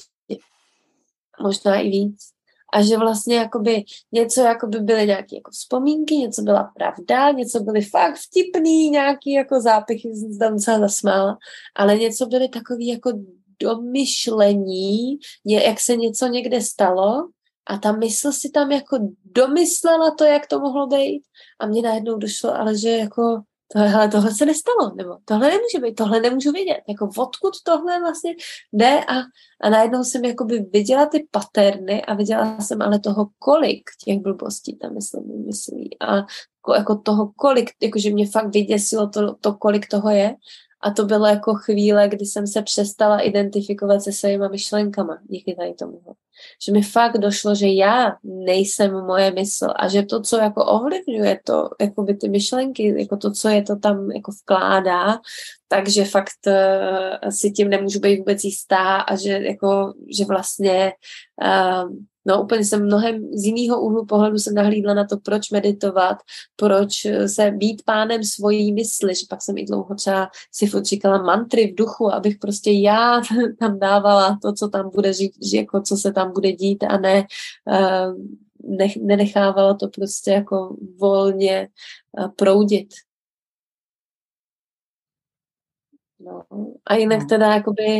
Možná i víc. A že vlastně jakoby něco jakoby byly nějaké jako vzpomínky, něco byla pravda, něco byly fakt vtipný, nějaký jako zápichy, jsem se tam docela zasmála, ale něco byly takový jako domyšlení, jak se něco někde stalo a ta mysl si tam jako domyslela to, jak to mohlo být a mně najednou došlo, ale že jako tohle, tohle se nestalo, nebo tohle nemůže být, tohle nemůžu vědět, jako odkud tohle vlastně jde a, a najednou jsem jakoby viděla ty paterny a viděla jsem ale toho, kolik těch blbostí tam myslím myslí a jako toho, kolik, jakože mě fakt vyděsilo to, to, kolik toho je a to bylo jako chvíle, kdy jsem se přestala identifikovat se svýma myšlenkama díky tady tomu. Že mi fakt došlo, že já nejsem moje mysl a že to, co jako ovlivňuje to, jako by ty myšlenky, jako to, co je to tam jako vkládá, takže fakt uh, si tím nemůžu být vůbec jistá a že jako, že vlastně uh, no úplně jsem mnohem z jiného úhlu pohledu jsem nahlídla na to, proč meditovat, proč se být pánem svojí mysli, že pak jsem i dlouho třeba si furt říkala mantry v duchu, abych prostě já tam dávala to, co tam bude říct, jako co se tam bude dít a ne uh, nech, nenechávala to prostě jako volně uh, proudit. No. A jinak teda jakoby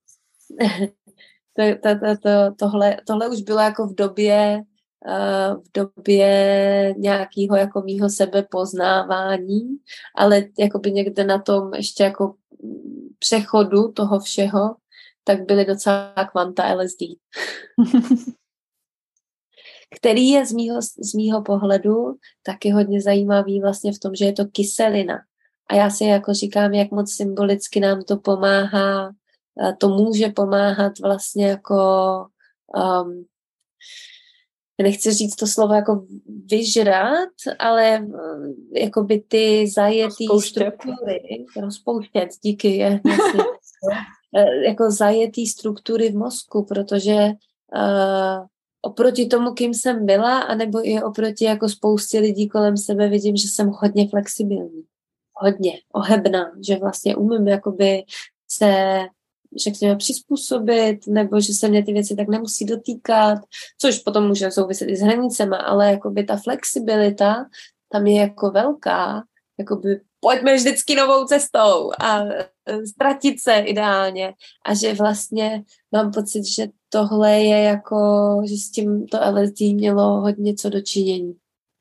To, to, to, to, tohle, tohle už bylo jako v době, uh, v době nějakého jako mýho sebepoznávání, ale jakoby někde na tom ještě jako přechodu toho všeho, tak byly docela kvanta L S D. který je z mýho, z mýho pohledu taky hodně zajímavý vlastně v tom, že je to kyselina. A já si jako říkám, jak moc symbolicky nám to pomáhá, to může pomáhat vlastně jako, um, nechci říct to slovo jako vyžrat, ale jakoby ty zajetý rozpouštět. struktury, rozpouštět, díky, je, jasně, jako zajetý struktury v mozku, protože uh, oproti tomu, kým jsem byla, anebo i oproti jako spoustě lidí kolem sebe vidím, že jsem hodně flexibilní. Hodně ohebná, že vlastně umím jakoby se, řekněme, přizpůsobit, nebo že se mě ty věci tak nemusí dotýkat, což potom může souviset i s hranicema, ale jakoby ta flexibilita tam je jako velká, jakoby pojďme vždycky novou cestou a ztratit se ideálně a že vlastně mám pocit, že tohle je jako, že s tím to L S D mělo hodně co dočinění.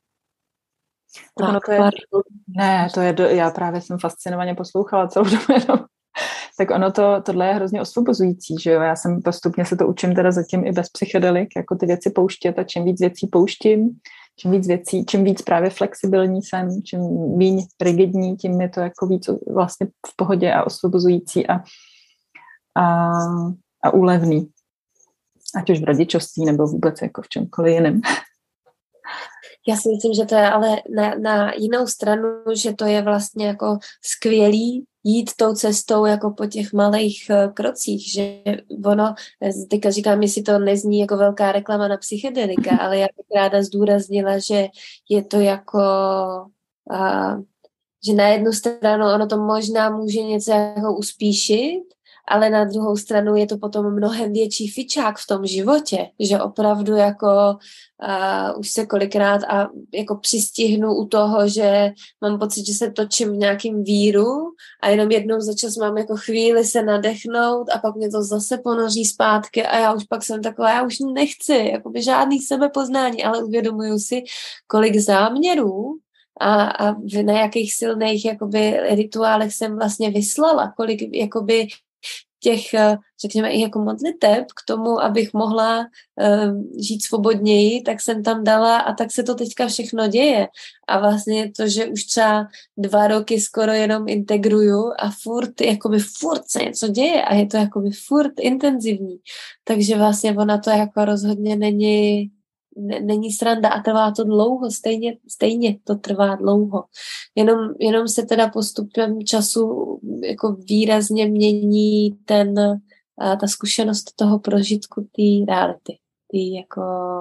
Tak ono to je, ne, to je, do, já právě jsem fascinovaně poslouchala celou dobu jenom. Tak ono to, tohle je hrozně osvobozující, že jo, já jsem postupně se to učím teda zatím i bez psychedelik, jako ty věci pouštět a čím víc věcí pouštím, čím víc věcí, čím víc právě flexibilní jsem, čím méně rigidní, tím je to jako víc vlastně v pohodě a osvobozující a, a, a úlevný. Ať už v rodičovství nebo vůbec jako v čemkoliv jiném. Já si myslím, že to je ale na, na jinou stranu, že to je vlastně jako skvělý jít tou cestou jako po těch malých uh, krocích, že ono, teďka říkám, jestli to nezní jako velká reklama na psychedelika, ale já bych ráda zdůraznila, že je to jako, uh, že na jednu stranu ono to možná může něco jako uspíšit, ale na druhou stranu je to potom mnohem větší fičák v tom životě, že opravdu jako uh, už se kolikrát a jako přistihnu u toho, že mám pocit, že se točím v nějakým víru a jenom jednou za čas mám jako chvíli se nadechnout a pak mě to zase ponoří zpátky a já už pak jsem taková, já už nechci, jakoby žádný sebepoznání, ale uvědomuju si, kolik záměrů a, a na jakých silných jakoby rituálech jsem vlastně vyslala, kolik jakoby těch, řekněme, i jako modliteb k tomu, abych mohla uh, žít svobodněji, tak jsem tam dala a tak se to teďka všechno děje. A vlastně to, že už třeba dva roky skoro jenom integruju a furt, jakoby furt se něco děje a je to jakoby furt intenzivní. Takže vlastně ona to jako rozhodně není není sranda a trvá to dlouho, stejně, stejně to trvá dlouho. Jenom, jenom se teda postupem času jako výrazně mění ten, a ta zkušenost toho prožitku té reality, tý jako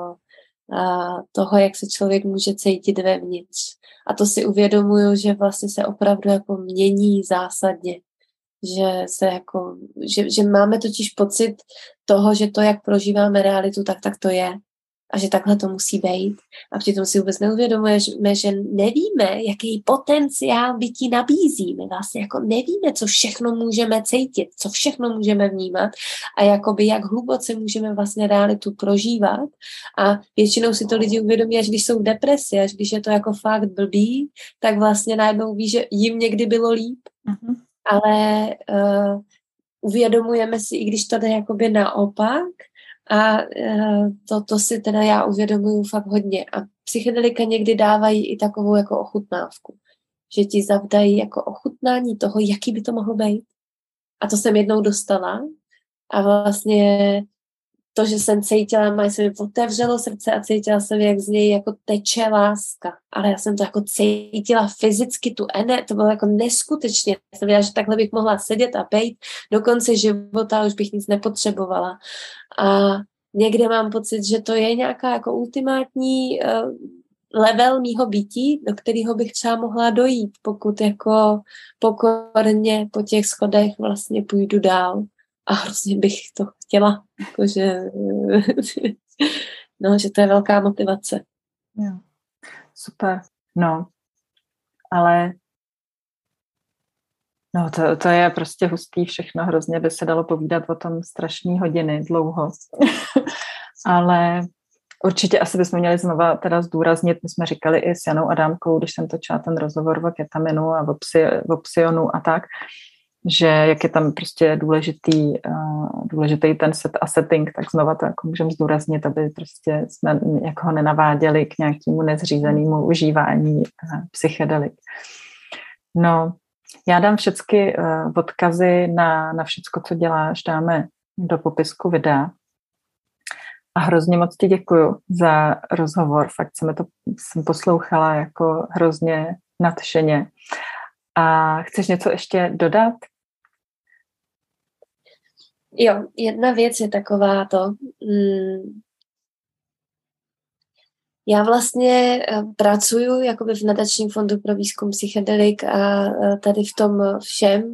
a toho, jak se člověk může cítit vevnitř. A to si uvědomuju, že vlastně se opravdu jako mění zásadně. Že, se jako, že, že máme totiž pocit toho, že to, jak prožíváme realitu, tak tak to je. A že takhle to musí být. A přitom si vůbec neuvědomujeme, že nevíme, jaký potenciál bytí nabízíme. Vlastně jako nevíme, co všechno můžeme cítit, co všechno můžeme vnímat a jakoby jak hluboce můžeme vlastně realitu prožívat. A většinou si to lidi uvědomí, až když jsou v depresi, až když je to jako fakt blbý, tak vlastně najednou ví, že jim někdy bylo líp. Uh-huh. Ale uh, uvědomujeme si, i když to jde jakoby naopak, a to, to si teda já uvědomuju fakt hodně. A psychedelika někdy dávají i takovou jako ochutnávku. Že ti zavdají jako ochutnání toho, jaký by to mohlo být. A to jsem jednou dostala. A vlastně to, že jsem cítila, mají se mi otevřelo srdce a cítila jsem, jak z něj jako teče láska. Ale já jsem to jako cítila fyzicky, tu ener, to bylo jako neskutečně. Já jsem věděla, že takhle bych mohla sedět a bejt do konce života, už bych nic nepotřebovala. A někde mám pocit, že to je nějaká jako ultimátní uh, level mýho bytí, do kterého bych třeba mohla dojít, pokud jako pokorně po těch schodech vlastně půjdu dál. A hrozně bych to chtěla. Jakože, no, že to je velká motivace. Jo. Super. No, ale no, to, to je prostě hustý všechno. Hrozně by se dalo povídat o tom strašný hodiny, dlouho. Ale určitě asi bychom měli znova teda zdůraznit, my jsme říkali i s Janou Adámkou, když jsem točila ten rozhovor o ketaminu a o, psi, o psionu a tak, že jak je tam prostě důležitý, uh, důležitý ten set a setting, tak znova to jako můžeme zdůraznit, aby prostě jsme jako ho nenaváděli k nějakému nezřízenému užívání uh, psychedelik. No, já dám všechny uh, odkazy na, na všecko, co děláš, dáme do popisku videa. A hrozně moc ti děkuju za rozhovor. Fakt jsem to jsem poslouchala jako hrozně nadšeně. A chceš něco ještě dodat? Jo, jedna věc je taková to. Mm, já vlastně pracuju jakoby v Nadačním fondu pro výzkum psychedelik a tady v tom všem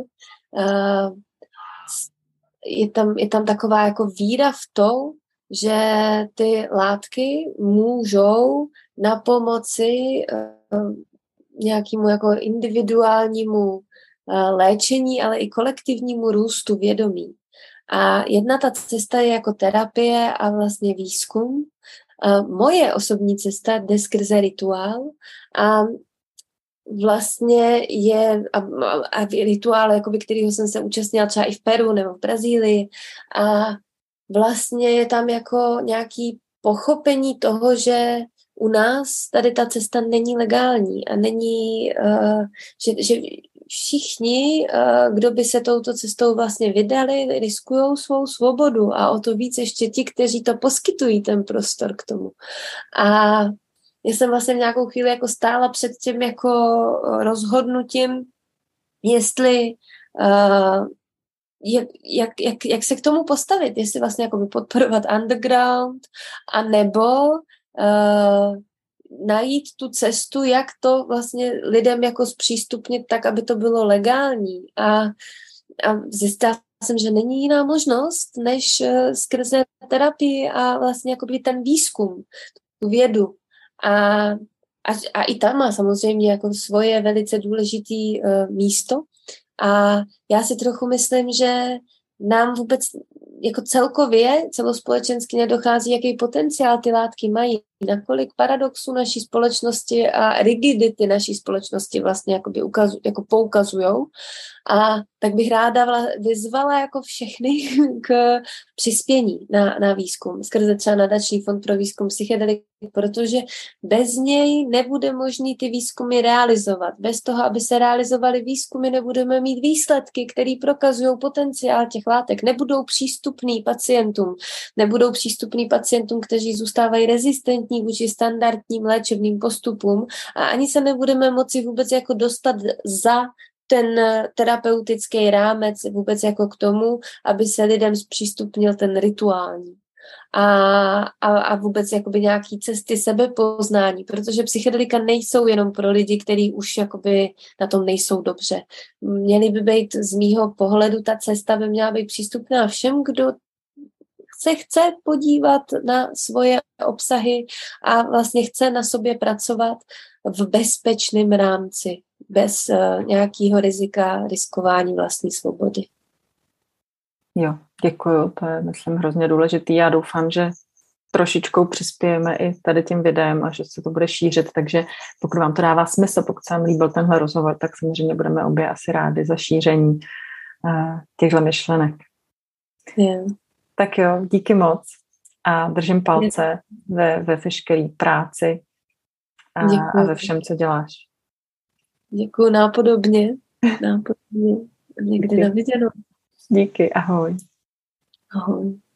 je tam, je tam taková jako víra v to, že ty látky můžou na pomoci nějakému jako individuálnímu léčení, ale i kolektivnímu růstu vědomí. A jedna ta cesta je jako terapie a vlastně výzkum. A moje osobní cesta jde skrze rituál a vlastně je a, a rituál, jakoby, kterýho jsem se účastnila třeba i v Peru nebo v Brazílii a vlastně je tam jako nějaký pochopení toho, že u nás tady ta cesta není legální a není, uh, že, že všichni, uh, kdo by se touto cestou vlastně vydali, riskujou svou svobodu a o to víc ještě ti, kteří to poskytují, ten prostor k tomu. A já jsem vlastně v nějakou chvíli jako stála před tím jako rozhodnutím, jestli uh, jak, jak, jak, jak se k tomu postavit, jestli vlastně jako by podporovat underground a nebo uh, najít tu cestu, jak to vlastně lidem jako zpřístupnit tak, aby to bylo legální. A, a zjistila jsem, že není jiná možnost, než uh, skrze terapii a vlastně jako by ten výzkum, tu vědu. A, a, a i tam má samozřejmě jako svoje velice důležitý uh, místo. A já si trochu myslím, že nám vůbec jako celkově celospolečensky nedochází, jaký potenciál ty látky mají, nakolik paradoxů naší společnosti a rigidity naší společnosti vlastně jakoby ukazu, jako poukazujou. A tak bych ráda vyzvala jako všechny k přispění na, na výzkum, skrze třeba Nadační fond pro výzkum psychedelik, protože bez něj nebude možný ty výzkumy realizovat. Bez toho, aby se realizovaly výzkumy, nebudeme mít výsledky, které prokazují potenciál těch látek. Nebudou přístupný pacientům. Nebudou přístupný pacientům, kteří zůstávají rezistentní vůči standardním léčebným postupům a ani se nebudeme moci vůbec jako dostat za ten terapeutický rámec vůbec jako k tomu, aby se lidem zpřístupnil ten rituální. A, a, a vůbec jakoby nějaký cesty sebepoznání, protože psychedelika nejsou jenom pro lidi, kteří už jakoby na tom nejsou dobře. Měly by být z mýho pohledu, ta cesta by měla být přístupná všem, kdo se chce podívat na svoje obsahy a vlastně chce na sobě pracovat v bezpečném rámci, bez uh, nějakého rizika, riskování vlastní svobody. Jo, děkuju, to je, myslím, hrozně důležitý. Já doufám, že trošičkou přispějeme i tady tím videem a že se to bude šířit, takže pokud vám to dává smysl, pokud se vám líbil tenhle rozhovor, tak samozřejmě budeme obě asi rádi za šíření uh, těchto myšlenek. Yeah. Tak jo, díky moc a držím palce ve, ve veškeré práci a, a ve všem, co děláš. Děkuju, nápodobně. Nápodobně. Někdy na viděnou. Díky, ahoj. Ahoj.